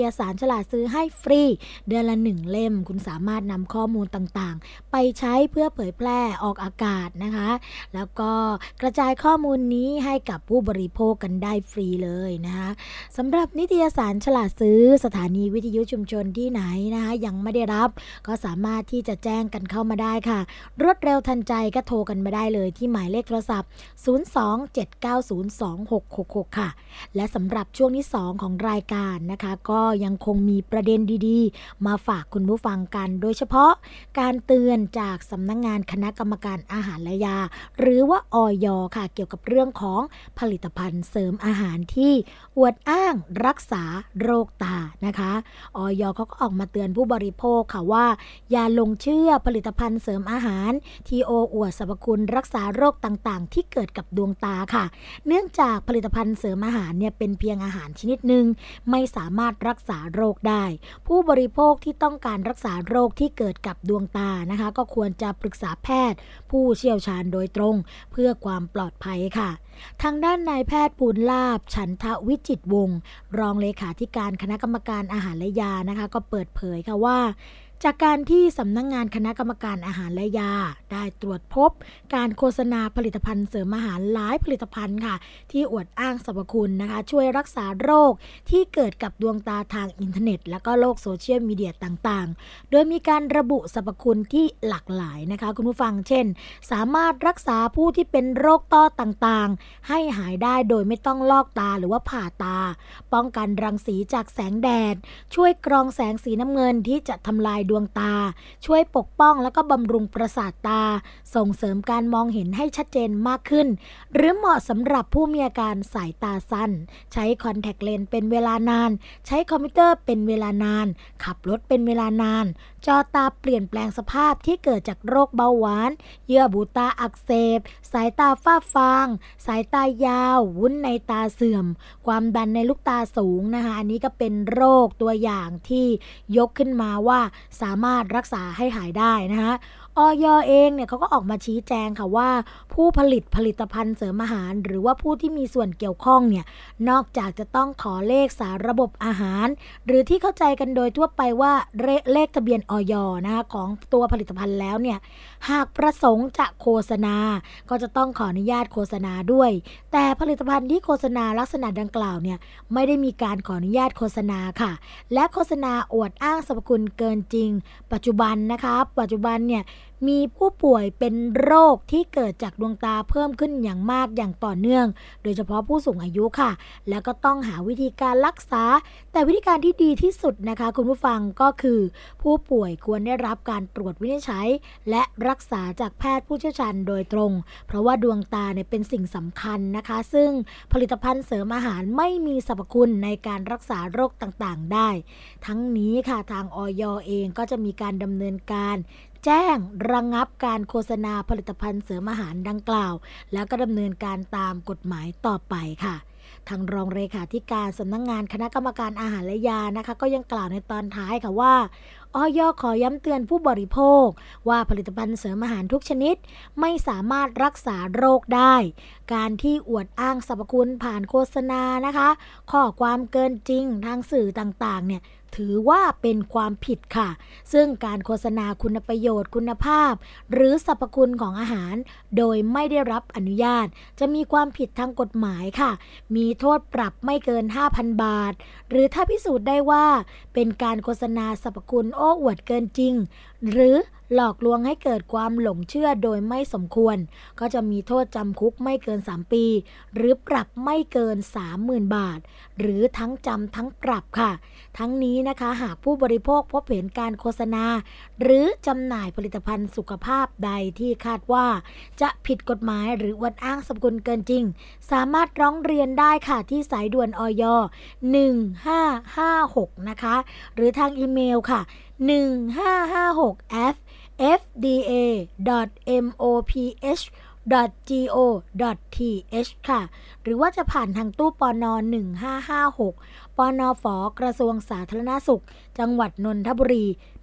ยสารฉลาดซื้อให้ฟรีเดือนละหนึ่งเล่มคุณสามารถนำข้อมูลต่างๆไปใช้เพื่อเผยแพร่ออกอากาศนะคะแล้วก็กระจายข้อมูลนี้ให้กับผู้บริโภคกันได้ฟรีเลยนะคะสำหรับนิตยสารฉลาดซื้อสถานีวิทยุชุมชนที่ไหนนะคะยังไม่ได้รับก็สามารถที่จะแจ้งกันเข้ามาได้ค่ะรวดเร็วทันใจก็โทรกันมาได้เลยที่หมายเลขโทรศัพท์ศูนย์ สอง เจ็ด เก้า ศูนย์ สอง หก หก หกค่ะและสำหรับช่วงที่สองของรายการนะคะก็ยังคงมีประเด็นดีๆมาฝากคุณผู้ฟังกันโดยเฉพาะการเตือนจากสำนักงานคณะกรรมการอาหารและยาหรือว่าอย.ค่ะเกี่ยวกับเรื่องของผลิตภัณฑ์เสริมอาหารที่อวดอ้างรักษาโรคตานะคะอย.เขาก็ออกมาเตือนผู้บริโภคค่ะว่าอย่าหลงเชื่อผลิตภัณฑ์เสริมอาหารที่โอ้อวดสรรพคุณรักษาโรคต่างๆที่เกิดกับดวงตาค่ะเนื่องจากผลิตภัณฑ์เสริมอาหารเนี่ยเป็นเพียงอาหารชนิดหนึ่งไม่สามารถรักษาโรคได้ผู้บริโภคที่ต้องการรักษาโรคที่เกิดกับดวงตานะคะก็ควรจะปรึกษาแพทย์ผู้เชี่ยวชาญโดยตรงเพื่อความปลอดภัยค่ะทางด้านนายแพทย์ปูนลาภฉันทวิจิตรวงศ์รองเลขาธิการคณะกรรมการอาหารและยานะคะก็เปิดเผยค่ะว่าจากการที่สำนักงานคณะกรรมการอาหารและยาได้ตรวจพบการโฆษณาผลิตภัณฑ์เสริมอาหารหลายผลิตภัณฑ์ค่ะที่อวดอ้างสรรพคุณนะคะช่วยรักษาโรคที่เกิดกับดวงตาทางอินเทอร์เน็ตและก็โลกโซเชียลมีเดียต่างๆโดยมีการระบุสรรพคุณที่หลากหลายนะคะคุณผู้ฟังเช่นสามารถรักษาผู้ที่เป็นโรคต้อต่างๆให้หายได้โดยไม่ต้องลอกตาหรือว่าผ่าตาป้องกันรังสีจากแสงแดดช่วยกรองแสงสีน้ำเงินที่จะทำลายดวงตาช่วยปกป้องแล้วก็บำรุงประสาทตาส่งเสริมการมองเห็นให้ชัดเจนมากขึ้นหรือเหมาะสำหรับผู้มีอาการสายตาสั้นใช้คอนแทคเลนส์เป็นเวลานานใช้คอมพิวเตอร์เป็นเวลานานขับรถเป็นเวลานานจอตาเปลี่ยนแปลงสภาพที่เกิดจากโรคเบาหวานเยื่อบุตาอักเสบสายตาฝ้าฟางสายตายาววุ้นในตาเสื่อมความดันในลูกตาสูงนะคะอันนี้ก็เป็นโรคตัวอย่างที่ยกขึ้นมาว่าสามารถรักษาให้หายได้นะคะอย.เองเนี่ยเขาก็ออกมาชี้แจงค่ะว่าผู้ผลิตผลิตภัณฑ์เสริมอาหารหรือว่าผู้ที่มีส่วนเกี่ยวข้องเนี่ยนอกจากจะต้องขอเลขสารระบบอาหารหรือที่เข้าใจกันโดยทั่วไปว่าเลขทะเบียนอย.นะคะของตัวผลิตภัณฑ์แล้วเนี่ยหากประสงค์จะโฆษณาก็จะต้องขออนุญาตโฆษณาด้วยแต่ผลิตภัณฑ์ที่โฆษณาลักษณะดังกล่าวเนี่ยไม่ได้มีการขออนุญาตโฆษณาค่ะและโฆษณาอวดอ้างสรรพคุณเกินจริงปัจจุบันนะคะปัจจุบันเนี่ยมีผู้ป่วยเป็นโรคที่เกิดจากดวงตาเพิ่มขึ้นอย่างมากอย่างต่อเนื่องโดยเฉพาะผู้สูงอายุค่ะแล้วก็ต้องหาวิธีการรักษาแต่วิธีการที่ดีที่สุดนะคะคุณผู้ฟังก็คือผู้ป่วยควรได้รับการตรวจวินิจฉัยและรักษาจากแพทย์ผู้เชี่ยวชาญโดยตรงเพราะว่าดวงตาเนี่ยเป็นสิ่งสำคัญนะคะซึ่งผลิตภัณฑ์เสริมอาหารไม่มีสรรพคุณในการรักษาโรคต่างๆได้ทั้งนี้ค่ะทางอย.เองก็จะมีการดำเนินการแจ้งระงับการโฆษณาผลิตภัณฑ์เสริมอาหารดังกล่าวแล้วก็ดำเนินการตามกฎหมายต่อไปค่ะทางรองเลขาธิการสำนักงานคณะกรรมการอาหารและยานะคะก็ยังกล่าวในตอนท้ายค่ะว่าอย.ขอย้ำเตือนผู้บริโภคว่าผลิตภัณฑ์เสริมอาหารทุกชนิดไม่สามารถรักษาโรคได้การที่อวดอ้างสรรพคุณผ่านโฆษณานะคะข้อความเกินจริงทางสื่อต่างๆเนี่ยถือว่าเป็นความผิดค่ะซึ่งการโฆษณาคุณประโยชน์คุณภาพหรือสรรพคุณของอาหารโดยไม่ได้รับอนุญาตจะมีความผิดทางกฎหมายค่ะมีโทษปรับไม่เกิน ห้าพัน บาทหรือถ้าพิสูจน์ได้ว่าเป็นการโฆษณาสรรพคุณโอ้อวดเกินจริงหรือหลอกลวงให้เกิดความหลงเชื่อโดยไม่สมควรก็จะมีโทษจำคุกไม่เกินสามปีหรือปรับไม่เกิน สามหมื่น บาทหรือทั้งจำทั้งปรับค่ะทั้งนี้นะคะหากผู้บริโภคพบเห็นการโฆษณาหรือจำหน่ายผลิตภัณฑ์สุขภาพใดที่คาดว่าจะผิดกฎหมายหรืออวดอ้างสรรพคุณเกินจริงสามารถร้องเรียนได้ค่ะที่สายด่วนอย หนึ่งห้าห้าหกนะคะหรือทางอีเมลค่ะหนึ่งห้าห้าหก เอฟ เอฟ ดี เอ ดอท เอ็ม โอ พี เอช ดอท จี โอ ดอท ที เอช ค่ะหรือว่าจะผ่านทางตู้ปนหนึ่งห้าห้าหกปนฝ.กระทรวงสาธารณสุขจังหวัดนนทบุรี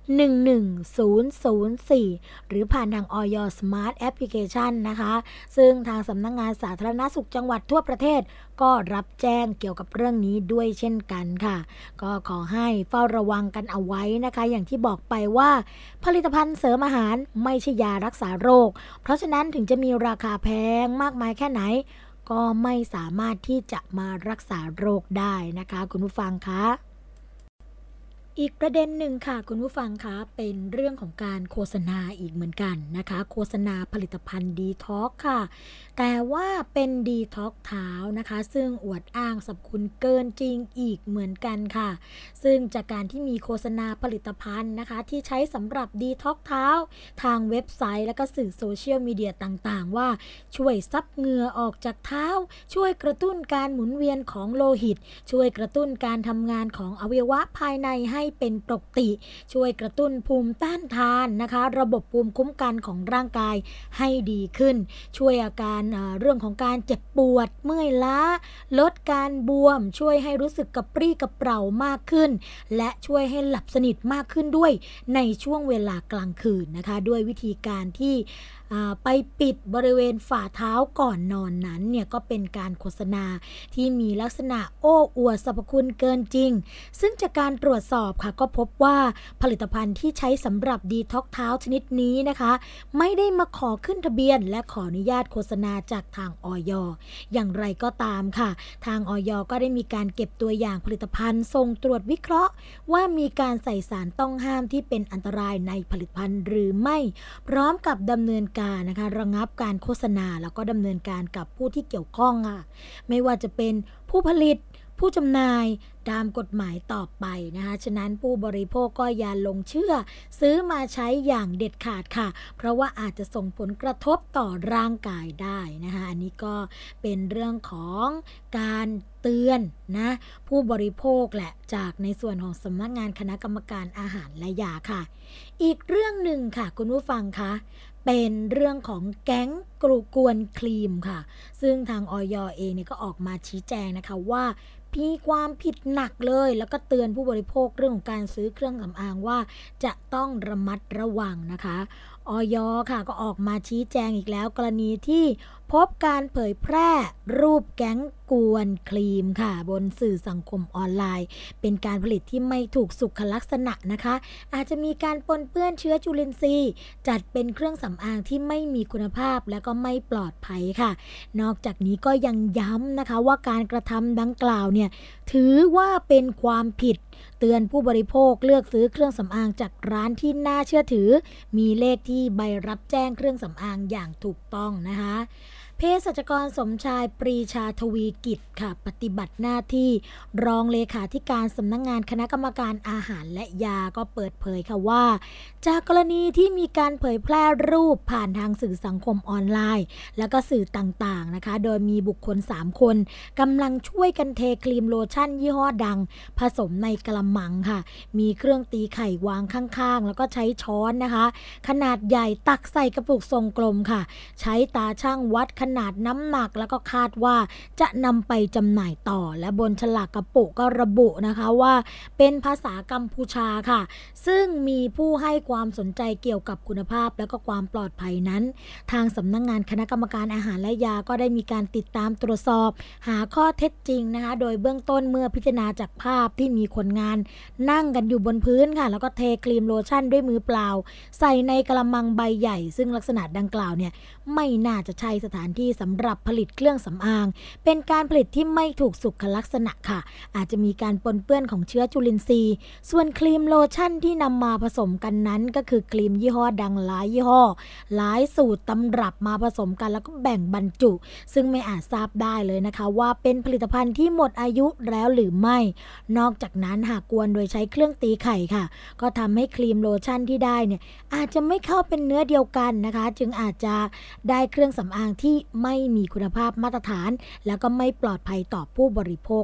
หนึ่งหนึ่งศูนย์ศูนย์สี่หรือผ่านทาง อย Smart Application นะคะซึ่งทางสำนักงานสาธารณสุขจังหวัดทั่วประเทศก็รับแจ้งเกี่ยวกับเรื่องนี้ด้วยเช่นกันค่ะก็ขอให้เฝ้าระวังกันเอาไว้นะคะอย่างที่บอกไปว่าผลิตภัณฑ์เสริมอาหารไม่ใช่ยารักษาโรคเพราะฉะนั้นถึงจะมีราคาแพงมากมายแค่ไหนก็ไม่สามารถที่จะมารักษาโรคได้นะคะคุณผู้ฟังคะอีกประเด็นหนึ่งค่ะคุณผู้ฟังคะเป็นเรื่องของการโฆษณาอีกเหมือนกันนะคะโฆษณาผลิตภัณฑ์ดีท็อกค่ะแต่ว่าเป็นดีท็อกเท้านะคะซึ่งอวดอ้างสรรพคุณเกินจริงอีกเหมือนกันค่ะซึ่งจากการที่มีโฆษณาผลิตภัณฑ์นะคะที่ใช้สำหรับดีท็อกเท้าทางเว็บไซต์และก็สื่อโซเชียลมีเดียต่างๆว่าช่วยซับเหงื่อออกจากเท้าช่วยกระตุ้นการหมุนเวียนของโลหิตช่วยกระตุ้นการทำงานของอวัยวะภายในให้เป็นปกติช่วยกระตุ้นภูมิต้านทานนะคะระบบภูมิคุ้มกันของร่างกายให้ดีขึ้นช่วยอาการเอ่อเรื่องของการเจ็บปวดเมื่อยล้าลดการบวมช่วยให้รู้สึกกระปรี้กระเปร่ามากขึ้นและช่วยให้หลับสนิทมากขึ้นด้วยในช่วงเวลากลางคืนนะคะด้วยวิธีการที่ไปปิดบริเวณฝ่าเท้าก่อนนอนนั้นเนี่ยก็เป็นการโฆษณาที่มีลักษณะโอ้อวดสรรพคุณเกินจริงซึ่งจากการตรวจสอบค่ะก็พบว่าผลิตภัณฑ์ที่ใช้สำหรับดีท็อกเท้าชนิดนี้นะคะไม่ได้มาขอขึ้นทะเบียนและขออนุญาตโฆษณาจากทาง อย อย่างไรก็ตามค่ะทาง อย ก็ได้มีการเก็บตัวอย่างผลิตภัณฑ์ส่งตรวจวิเคราะห์ว่ามีการใส่สารต้องห้ามที่เป็นอันตรายในผลิตภัณฑ์หรือไม่พร้อมกับดำเนินการนะคะระงับการโฆษณาแล้วก็ดำเนินการกับผู้ที่เกี่ยวข้องค่ะไม่ว่าจะเป็นผู้ผลิตผู้จำหน่ายตามกฎหมายต่อไปนะคะฉะนั้นผู้บริโภคก็อย่าหลงเชื่อซื้อมาใช้อย่างเด็ดขาดค่ะเพราะว่าอาจจะส่งผลกระทบต่อร่างกายได้นะคะอันนี้ก็เป็นเรื่องของการเตือนนะผู้บริโภคแหละจากในส่วนของสำนักงานคณะกรรมการอาหารและยาค่ะอีกเรื่องหนึ่งค่ะคุณผู้ฟังคะเป็นเรื่องของแก๊งกรูกวนครีมค่ะซึ่งทาง อย เองเนี่ยก็ออกมาชี้แจงนะคะว่ามีความผิดหนักเลยแล้วก็เตือนผู้บริโภคเรื่องของการซื้อเครื่องสำอางว่าจะต้องระมัดระวังนะคะ อย ค่ะก็ออกมาชี้แจงอีกแล้วกรณีที่พบการเผยแพร่รูปแก๊งกวนครีมค่ะบนสื่อสังคมออนไลน์เป็นการผลิตที่ไม่ถูกสุขลักษณะนะคะอาจจะมีการปนเปื้อนเชื้อจุลินทรีย์จัดเป็นเครื่องสำอางที่ไม่มีคุณภาพและก็ไม่ปลอดภัยค่ะนอกจากนี้ก็ยังย้ำนะคะว่าการกระทำดังกล่าวเนี่ยถือว่าเป็นความผิดเตือนผู้บริโภคเลือกซื้อเครื่องสำอางจากร้านที่น่าเชื่อถือมีเลขที่ใบรับแจ้งเครื่องสำอางอย่างถูกต้องนะคะเภสัชกรสมชายปรีชาทวีกิจค่ะปฏิบัติหน้าที่รองเลขาธิการสำนักงานคณะกรรมการอาหารและยาก็เปิดเผยค่ะว่าจากกรณีที่มีการเผยแพร่รูปผ่านทางสื่อสังคมออนไลน์แล้วก็สื่อต่างๆนะคะโดยมีบุคคลสามคนกำลังช่วยกันเทครีมโลชั่นยี่ห้อดังผสมในกระมังค่ะมีเครื่องตีไข่วางข้างๆแล้วก็ใช้ช้อนนะคะขนาดใหญ่ตักใส่กระปุกทรงกลมค่ะใช้ตาช่างวัดขนาดน้ำหนักแล้วก็คาดว่าจะนำไปจำหน่ายต่อและบนฉลากกระปุกก็ระบุนะคะว่าเป็นภาษากัมพูชาค่ะซึ่งมีผู้ให้ความสนใจเกี่ยวกับคุณภาพและก็ความปลอดภัยนั้นทางสำนักงานคณะกรรมการอาหารและยาก็ได้มีการติดตามตรวจสอบหาข้อเท็จจริงนะคะโดยเบื้องต้นเมื่อพิจารณาจากภาพที่มีคนงานนั่งกันอยู่บนพื้นค่ะแล้วก็เทครีมโลชั่นด้วยมือเปล่าใส่ในกระมังใบใหญ่ซึ่งลักษณะดังกล่าวเนี่ยไม่น่าจะใช่สถานที่สำหรับผลิตเครื่องสำอางเป็นการผลิตที่ไม่ถูกสุขลักษณะค่ะอาจจะมีการปนเปื้อนของเชื้อจุลินทรีย์ส่วนครีมโลชั่นที่นำมาผสมกันนั้นก็คือครีมยี่ห้อดังหลายยี่ห้อหลายสูตรตำรับมาผสมกันแล้วก็แบ่งบรรจุซึ่งไม่อาจทราบได้เลยนะคะว่าเป็นผลิตภัณฑ์ที่หมดอายุแล้วหรือไม่นอกจากนั้นหากกวนโดยใช้เครื่องตีไข่ค่ะก็ทำให้ครีมโลชั่นที่ได้เนี่ยอาจจะไม่เข้าเป็นเนื้อเดียวกันนะคะจึงอาจจะได้เครื่องสำอางที่ไม่มีคุณภาพมาตรฐานแล้วก็ไม่ปลอดภัยต่อผู้บริโภคค่ะ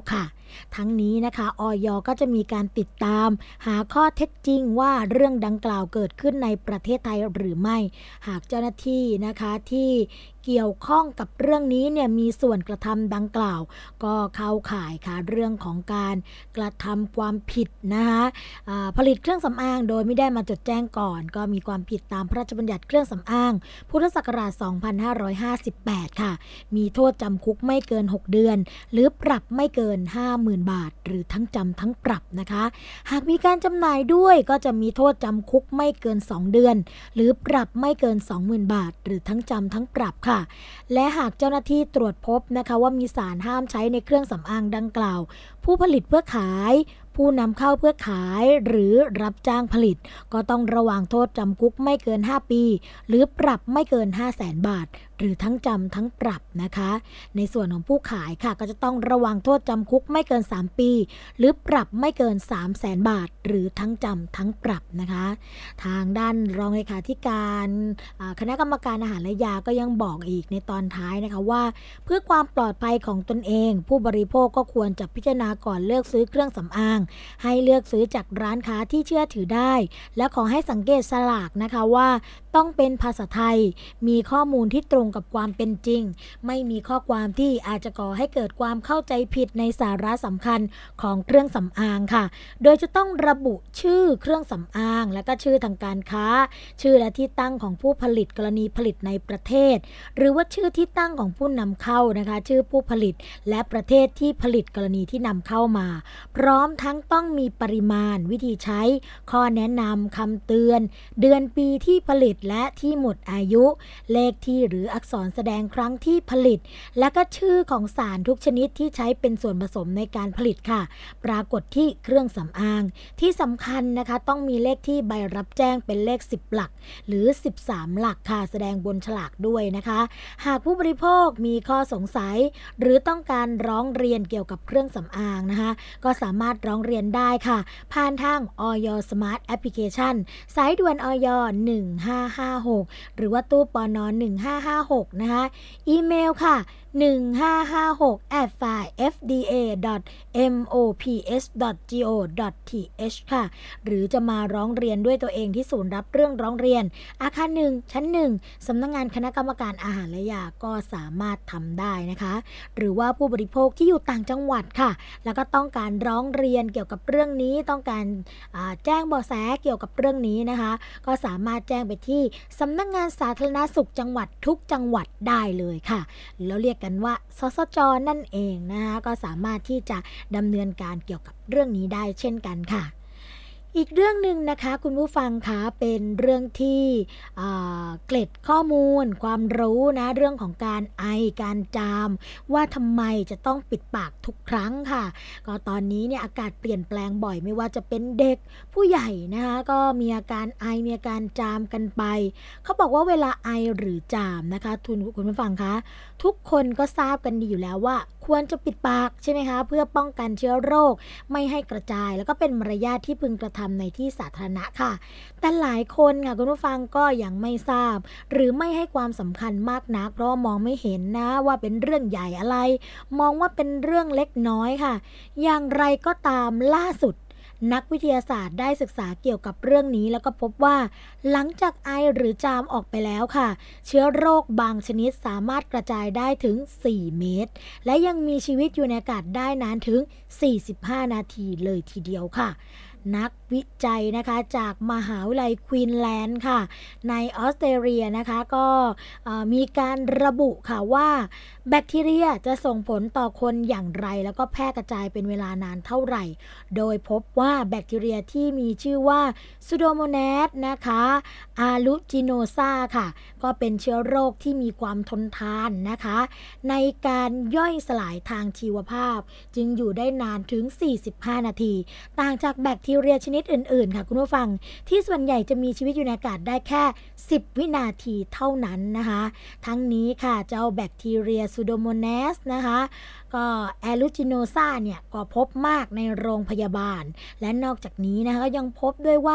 ทั้งนี้นะคะอย.ก็จะมีการติดตามหาข้อเท็จจริงว่าเรื่องดังกล่าวเกิดขึ้นในประเทศไทยหรือไม่หากเจ้าหน้าที่นะคะที่เกี่ยวข้องกับเรื่องนี้เนี่ยมีส่วนกระทำดังกล่าวก็เข้าข่ายค่ะเรื่องของการกระทำความผิดนะคะผลิตเครื่องสำอางโดยไม่ได้มาจดแจ้งก่อนก็มีความผิดตามพระราชบัญญัติเครื่องสำอางพุทธศักราชสองพันห้าร้อยห้าสิบแปดค่ะมีโทษจำคุกไม่เกินหกเดือนหรือปรับไม่เกิน ห้าหมื่น บาทหรือทั้งจำทั้งปรับนะคะหากมีการจำหน่ายด้วยก็จะมีโทษจำคุกไม่เกินสองเดือนหรือปรับไม่เกิน สองหมื่น บาทหรือทั้งจำทั้งปรับค่ะและหากเจ้าหน้าที่ตรวจพบนะคะว่ามีสารห้ามใช้ในเครื่องสำอางดังกล่าวผู้ผลิตเพื่อขายผู้นำเข้าเพื่อขายหรือรับจ้างผลิตก็ต้องระวังโทษจำคุกไม่เกินห้าปีหรือปรับไม่เกิน ห้าแสน บาทหรือทั้งจำทั้งปรับนะคะในส่วนของผู้ขายค่ะก็จะต้องระวังโทษจำคุกไม่เกินสามปีหรือปรับไม่เกิน สามแสน บาทหรือทั้งจำทั้งปรับนะคะทางด้านรองเลขาธิการคณะกรรมการอาหารและยาก็ยังบอกอีกในตอนท้ายนะคะว่าเพื่อความปลอดภัยของตนเองผู้บริโภคก็ควรจะพิจารณาก่อนเลือกซื้อเครื่องสำอางให้เลือกซื้อจากร้านค้าที่เชื่อถือได้และขอให้สังเกตฉลากนะคะว่าต้องเป็นภาษาไทยมีข้อมูลที่ตรงกับความเป็นจริงไม่มีข้อความที่อาจจะก่อให้เกิดความเข้าใจผิดในสาระสำคัญของเครื่องสำอางค่ะโดยจะต้องระบุชื่อเครื่องสำอางและก็ชื่อทางการค้าชื่อและที่ตั้งของผู้ผลิตกรณีผลิตในประเทศหรือว่าชื่อที่ตั้งของผู้นำเข้านะคะชื่อผู้ผลิตและประเทศที่ผลิตกรณีที่นำเข้ามาพร้อมทั้งต้องมีปริมาณวิธีใช้ข้อแนะนำคำเตือนเดือนปีที่ผลิตและที่หมดอายุเลขที่หรืออักษรแสดงครั้งที่ผลิตและก็ชื่อของสารทุกชนิดที่ใช้เป็นส่วนผสมในการผลิตค่ะปรากฏที่เครื่องสำอางที่สำคัญนะคะต้องมีเลขที่ใบรับแจ้งเป็นเลขสิบหลักหรือสิบสามหลักค่ะแสดงบนฉลากด้วยนะคะหากผู้บริโภคมีข้อสงสัยหรือต้องการร้องเรียนเกี่ยวกับเครื่องสำอางนะคะก็สามารถร้องเรียนได้ค่ะผ่านทางอย Smart Application สายด่วนอย หนึ่งห้าห้าหกหรือว่าตู้ปนหนึ่งห้าห้าหกนะคะอีเมลค่ะหนึ่งห้าห้าหก แอท ไฟล์ เอฟ ดี เอ ดอท เอ็ม โอ พี เอส ดอท จี โอ ดอท ที เอช ค่ะหรือจะมาร้องเรียนด้วยตัวเองที่ศูนย์รับเรื่องร้องเรียนอาคารหนึ่งชั้นหนึ่งสำนักงานคณะกรรมการอาหารและยาก็สามารถทำได้นะคะหรือว่าผู้บริโภคที่อยู่ต่างจังหวัดค่ะแล้วก็ต้องการร้องเรียนเกี่ยวกับเรื่องนี้ต้องการแจ้งเบาะแสเกี่ยวกับเรื่องนี้นะคะก็สามารถแจ้งไปที่สำนักงานสาธารณสุขจังหวัดทุกจังหวัดได้เลยค่ะแล้วเรียกกันว่าสสจ.นั่นเองนะคะก็สามารถที่จะดำเนินการเกี่ยวกับเรื่องนี้ได้เช่นกันค่ะอีกเรื่องหนึ่งนะคะคุณผู้ฟังคะเป็นเรื่องที่เกล็ดข้อมูลความรู้นะเรื่องของการไอการจามว่าทำไมจะต้องปิดปากทุกครั้งค่ะก็ตอนนี้เนี่ยอากาศเปลี่ยนแปลงบ่อยไม่ว่าจะเป็นเด็กผู้ใหญ่นะคะก็มีอาการไอมีอาการจามกันไปเขาบอกว่าเวลาไอหรือจามนะคะคุณคุณผู้ฟังคะทุกคนก็ทราบกันดีอยู่แล้วว่าควรจะปิดปากใช่ไหมคะเพื่อป้องกันเชื้อโรคไม่ให้กระจายแล้วก็เป็นมารยาทที่พึงกระทำในที่สาธารณะค่ะแต่หลายคนค่ะคุณผู้ฟังก็ยังไม่ทราบหรือไม่ให้ความสำคัญมากนักเพราะมองไม่เห็นนะว่าเป็นเรื่องใหญ่อะไรมองว่าเป็นเรื่องเล็กน้อยค่ะอย่างไรก็ตามล่าสุดนักวิทยาศาสตร์ได้ศึกษาเกี่ยวกับเรื่องนี้แล้วก็พบว่าหลังจากไอหรือจามออกไปแล้วค่ะเชื้อโรคบางชนิดสามารถกระจายได้ถึงสี่เมตรและยังมีชีวิตอยู่ในอากาศได้นานถึงสี่สิบห้านาทีเลยทีเดียวค่ะนักวิจัยนะคะจากมหาวิทยาลัยควีนแลนด์ค่ะในออสเตรเลียนะคะก็มีการระบุค่ะว่าแบคทีเรียจะส่งผลต่อคนอย่างไรแล้วก็แพร่กระจายเป็นเวลานานเท่าไหร่โดยพบว่าแบคทีเรียที่มีชื่อว่าซูโดโมแนสนะคะอาลูจิโนซาค่ะก็เป็นเชื้อโรคที่มีความทนทานนะคะในการย่อยสลายทางชีวภาพจึงอยู่ได้นานถึงสี่สิบห้านาทีต่างจากแบคทีเรียชนิดอื่นๆค่ะคุณผู้ฟังที่ส่วนใหญ่จะมีชีวิตอยู่ในอากาศได้แค่สิบวินาทีเท่านั้นนะคะทั้งนี้ค่ะเจ้าแบคทีเรียซูโดโมแนสนะคะก็แอลูจิโนซาเนี่ยก็พบมากในโรงพยาบาลและนอกจากนี้นะคะก็ยังพบด้วยว่า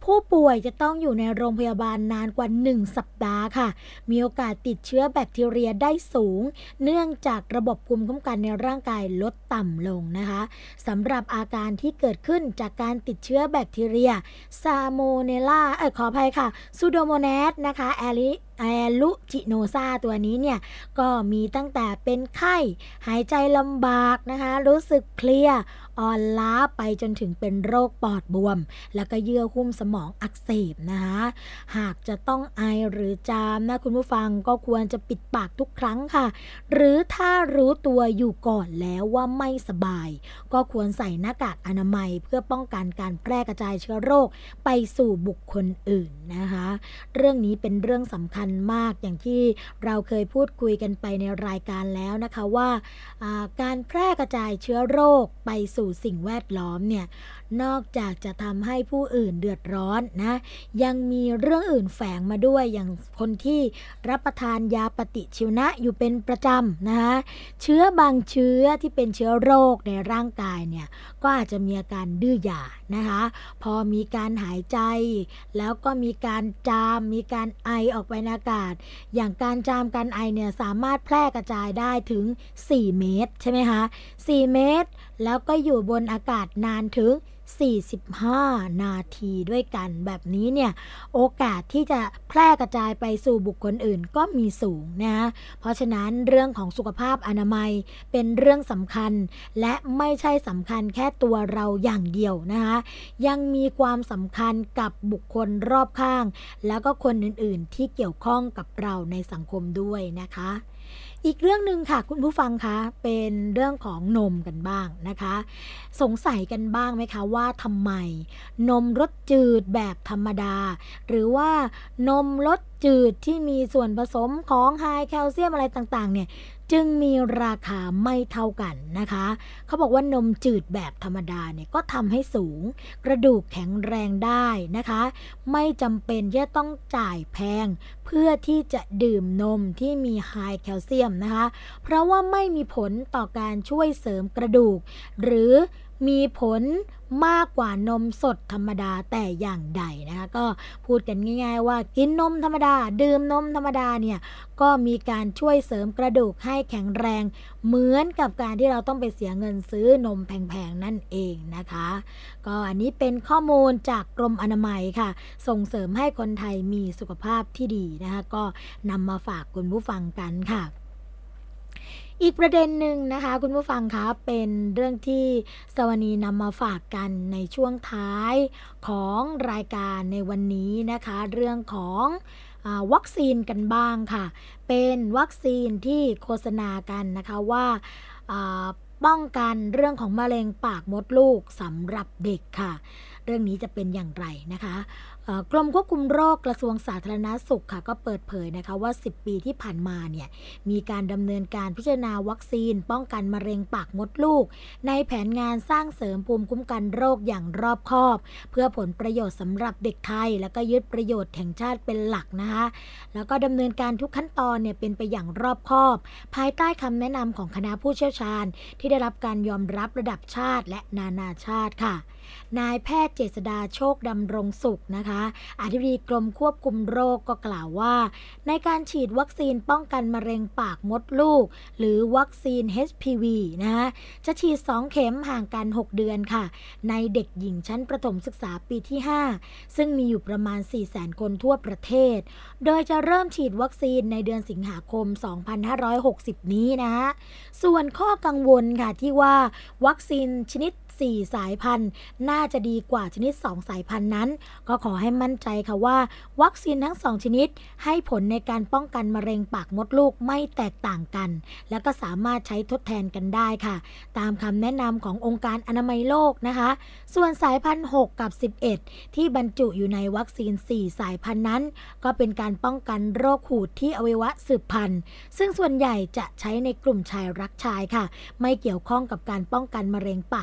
ผู้ป่วยจะต้องอยู่ในโรงพยาบาลนานกว่าหนึ่งสัปดาห์ค่ะมีโอกาสติดเชื้อแบคทีเรียได้สูงเนื่องจากระบบภูมิคุ้มกันในร่างกายลดต่ำลงนะคะสำหรับอาการที่เกิดขึ้นจากการติดเชื้อแบคทีเรียซาโมเนลลาเออขออภัยค่ะซูโดโมแนสนะคะแอลิแอลูจิโนซาตัวนี้เนี่ยก็มีตั้งแต่เป็นไข้หายใจลำบากนะคะรู้สึกเพลียอ่อนล้าไปจนถึงเป็นโรคปอดบวมแล้วก็เยื่อหุ้มสมองอักเสบนะคะหากจะต้องไอหรือจามนะคุณผู้ฟังก็ควรจะปิดปากทุกครั้งค่ะหรือถ้ารู้ตัวอยู่ก่อนแล้วว่าไม่สบายก็ควรใส่หน้ากากอนามัยเพื่อป้องกันการแพร่กระจายเชื้อโรคไปสู่บุคคลอื่นนะคะเรื่องนี้เป็นเรื่องสำคัญมากอย่างที่เราเคยพูดคุยกันไปในรายการแล้วนะคะว่าการแพร่กระจายเชื้อโรคไปสู่สิ่งแวดล้อมเนี่ยนอกจากจะทำให้ผู้อื่นเดือดร้อนนะยังมีเรื่องอื่นแฝงมาด้วยอย่างคนที่รับประทานยาปฏิชีวนะอยู่เป็นประจำนะคะเชื้อบางเชื้อที่เป็นเชื้อโรคในร่างกายเนี่ยก็อาจจะมีอาการดื้อยานะคะพอมีการหายใจแล้วก็มีการจามมีการไอออกไปในอากาศอย่างการจามการไอเนี่ยสามารถแพร่กระจายได้ถึงสี่เมตรใช่ไหมคะสี่เมตรแล้วก็อยู่บนอากาศนานถึงสี่สิบห้านาทีด้วยกันแบบนี้เนี่ยโอกาสที่จะแพร่กระจายไปสู่บุคคลอื่นก็มีสูงนะเพราะฉะนั้นเรื่องของสุขภาพอนามัยเป็นเรื่องสำคัญและไม่ใช่สำคัญแค่ตัวเราอย่างเดียวนะคะยังมีความสำคัญกับบุคคลรอบข้างแล้วก็คนอื่นๆที่เกี่ยวข้องกับเราในสังคมด้วยนะคะอีกเรื่องหนึ่งค่ะคุณผู้ฟังคะเป็นเรื่องของนมกันบ้างนะคะสงสัยกันบ้างไหมคะว่าทำไมนมรสจืดแบบธรรมดาหรือว่านมรสจืดที่มีส่วนผสมของไฮแคลเซียมอะไรต่างๆเนี่ยจึงมีราคาไม่เท่ากันนะคะเขาบอกว่านมจืดแบบธรรมดาเนี่ยก็ทำให้สูงกระดูกแข็งแรงได้นะคะไม่จำเป็นที่จะต้องจ่ายแพงเพื่อที่จะดื่มนมที่มีไฮแคลเซียมนะคะเพราะว่าไม่มีผลต่อการช่วยเสริมกระดูกหรือมีผลมากกว่านมสดธรรมดาแต่อย่างใดนะคะก็พูดกันง่ายๆว่ากินนมธรรมดาดื่มนมธรรมดาเนี่ยก็มีการช่วยเสริมกระดูกให้แข็งแรงเหมือนกับการที่เราต้องไปเสียเงินซื้อนมแพงๆนั่นเองนะคะก็อันนี้เป็นข้อมูลจากกรมอนามัยค่ะส่งเสริมให้คนไทยมีสุขภาพที่ดีนะคะก็นำมาฝากคุณผู้ฟังกันค่ะอีกประเด็นหนึ่งนะคะคุณผู้ฟังคะเป็นเรื่องที่สวนีนำมาฝากกันในช่วงท้ายของรายการในวันนี้นะคะเรื่องของอ่าวัคซีนกันบ้างค่ะเป็นวัคซีนที่โฆษณากันนะคะว่าอ่าป้องกันเรื่องของมะเร็งปากมดลูกสำหรับเด็กค่ะเรื่องนี้จะเป็นอย่างไรนะคะกรมควบคุมโรคกระทรวงสาธารณสุขค่ะก็เปิดเผยนะคะว่าสิบปีที่ผ่านมาเนี่ยมีการดำเนินการพิจารณาวัคซีนป้องกันมะเร็งปากมดลูกในแผนงานสร้างเสริมภูมิคุ้มกันโรคอย่างรอบคอบเพื่อผลประโยชน์สำหรับเด็กไทยแล้วก็ยึดประโยชน์แห่งชาติเป็นหลักนะคะแล้วก็ดำเนินการทุกขั้นตอนเนี่ยเป็นไปอย่างรอบคอบภายใต้คำแนะนำของคณะผู้เชี่ยวชาญที่ได้รับการยอมรับระดับชาติและนานาชาติค่ะนายแพทย์เจษฎาโชคดำรงสุขนะคะอธิบดีกรมควบคุมโรคก็กล่าวว่าในการฉีดวัคซีนป้องกันมะเร็งปากมดลูกหรือวัคซีน เอช พี วี นะคะจะฉีดสองเข็มห่างกันหกเดือนค่ะในเด็กหญิงชั้นประถมศึกษาปีที่ห้าซึ่งมีอยู่ประมาณ สี่แสน คนทั่วประเทศโดยจะเริ่มฉีดวัคซีนในเดือนสิงหาคมสองพันห้าร้อยหกสิบนี้นะส่วนข้อกังวลค่ะที่ว่าวัคซีนชนิดสี่สายพันธุ์น่าจะดีกว่าชนิดสองสายพันธุ์นั้นก็ขอให้มั่นใจค่ะว่าวัคซีนทั้งสองชนิดให้ผลในการป้องกันมะเร็งปากมดลูกไม่แตกต่างกันแล้วก็สามารถใช้ทดแทนกันได้ค่ะตามคำแนะนำขององค์การอนามัยโลกนะคะส่วนสายพันธุ์หกกับสิบเอ็ดที่บรรจุอยู่ในวัคซีนสี่สายพันธุ์นั้นก็เป็นการป้องกันโรคหูดที่อวัยวะสืบพันธุ์ซึ่งส่วนใหญ่จะใช้ในกลุ่มชายรักชายค่ะไม่เกี่ยวข้องกับการป้องกันมะเร็งปากมดลูก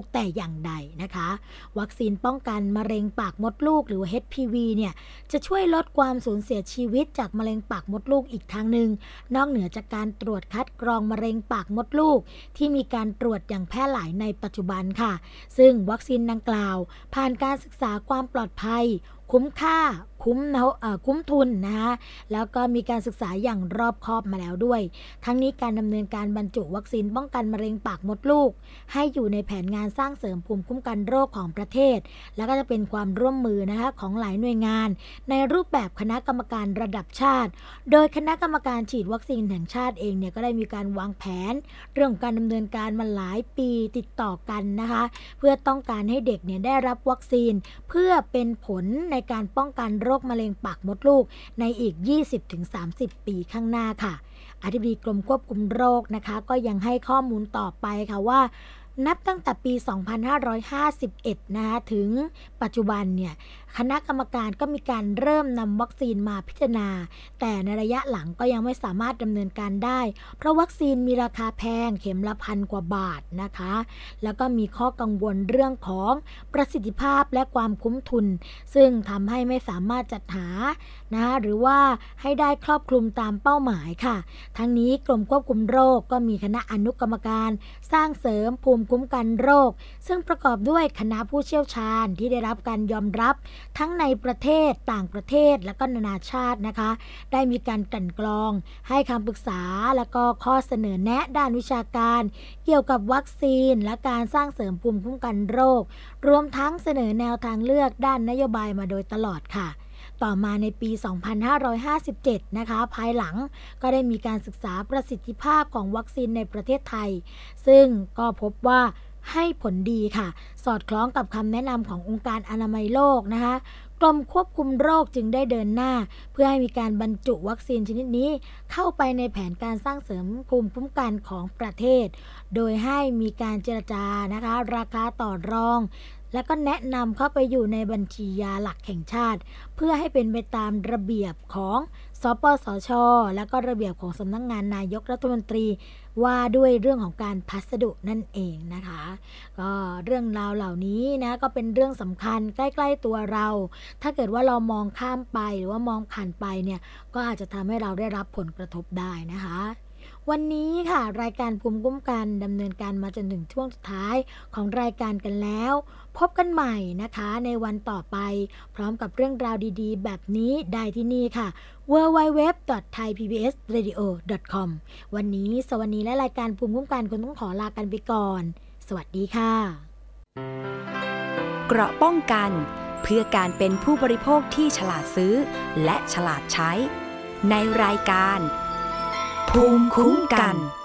แต่อย่างใดนะคะวัคซีนป้องกันมะเร็งปากมดลูกหรือ เอช พี วี เนี่ยจะช่วยลดความสูญเสียชีวิตจากมะเร็งปากมดลูกอีกทางหนึ่งนอกเหนือจากการตรวจคัดกรองมะเร็งปากมดลูกที่มีการตรวจอย่างแพร่หลายในปัจจุบันค่ะซึ่งวัคซีนดังกล่าวผ่านการศึกษาความปลอดภัยคุ้มค่าคุ้มคุ้มทุนนะคะแล้วก็มีการศึกษาอย่างรอบคอบมาแล้วด้วยทั้งนี้การดำเนินการบรรจุวัคซีนป้องกันมะเร็งปากมดลูกให้อยู่ในแผนงานสร้างเสริมภูมิคุ้มกันโรคของประเทศแล้วก็จะเป็นความร่วมมือนะคะของหลายหน่วยงานในรูปแบบคณะกรรมการระดับชาติโดยคณะกรรมการฉีดวัคซีนแห่งชาติเองเนี่ยก็ได้มีการวางแผนเรื่องของการดำเนินการมาหลายปีติดต่อกันนะคะเพื่อต้องการให้เด็กเนี่ยได้รับวัคซีนเพื่อเป็นผลในการป้องกันโรคมะเร็งปากมดลูกในอีก ยี่สิบถึงสามสิบ ปีข้างหน้าค่ะอธิบดีกรมควบคุมโรคนะคะก็ยังให้ข้อมูลต่อไปค่ะว่านับตั้งแต่ปี สองพันห้าร้อยห้าสิบเอ็ด นะคะถึงปัจจุบันเนี่ยคณะกรรมการก็มีการเริ่มนำวัคซีนมาพิจารณาแต่ในระยะหลังก็ยังไม่สามารถดำเนินการได้เพราะวัคซีนมีราคาแพงเข็มละพันกว่าบาทนะคะแล้วก็มีข้อกังวลเรื่องของประสิทธิภาพและความคุ้มทุนซึ่งทำให้ไม่สามารถจัดหานะหรือว่าให้ได้ครอบคลุมตามเป้าหมายค่ะทั้งนี้กรมควบคุมโรคก็มีคณะอนุกรรมการสร้างเสริมภูมิคุ้มกันโรคซึ่งประกอบด้วยคณะผู้เชี่ยวชาญที่ได้รับการยอมรับทั้งในประเทศต่างประเทศและก็นานาชาตินะคะได้มีการกลั่นกรองให้คำปรึกษาและก็ข้อเสนอแนะด้านวิชาการเกี่ยวกับวัคซีนและการสร้างเสริมภูมิคุ้มกันโรครวมทั้งเสนอแนวทางเลือกด้านนโยบายมาโดยตลอดค่ะต่อมาในปี สองพันห้าร้อยห้าสิบเจ็ด นะคะภายหลังก็ได้มีการศึกษาประสิทธิภาพของวัคซีนในประเทศไทยซึ่งก็พบว่าให้ผลดีค่ะสอดคล้องกับคำแนะนำขององค์การอนามัยโลกนะคะกรมควบคุมโรคจึงได้เดินหน้าเพื่อให้มีการบรรจุวัคซีนชนิดนี้เข้าไปในแผนการสร้างเสริมภูมิคุ้มกันของประเทศโดยให้มีการเจรจานะคะราคาต่อรองแล้วก็แนะนำเข้าไปอยู่ในบัญชียาหลักแห่งชาติเพื่อให้เป็นไปตามระเบียบของสปสช.และก็ระเบียบของสำนักงานนายกรัฐมนตรีว่าด้วยเรื่องของการพัสดุนั่นเองนะคะก็เรื่องราวเหล่านี้นะก็เป็นเรื่องสำคัญใกล้ๆตัวเราถ้าเกิดว่าเรามองข้ามไปหรือว่ามองผ่านไปเนี่ยก็อาจจะทำให้เราได้รับผลกระทบได้นะคะวันนี้ค่ะรายการภูมิคุ้มกันดำเนินการมาจนถึงช่วงสุดท้ายของรายการกันแล้วพบกันใหม่นะคะในวันต่อไปพร้อมกับเรื่องราวดีๆแบบนี้ได้ที่นี่ค่ะ ดับเบิลยู ดับเบิลยู ดับเบิลยู ดอท ไทย พี บี เอส เรดิโอ ดอท คอม วันนี้สวัสดีและรายการภูมิคุ้มกันคงต้องขอลากันไปก่อนสวัสดีค่ะเกราะป้องกันเพื่อการเป็นผู้บริโภคที่ฉลาดซื้อและฉลาดใช้ในรายการภูมิคุ้มกัน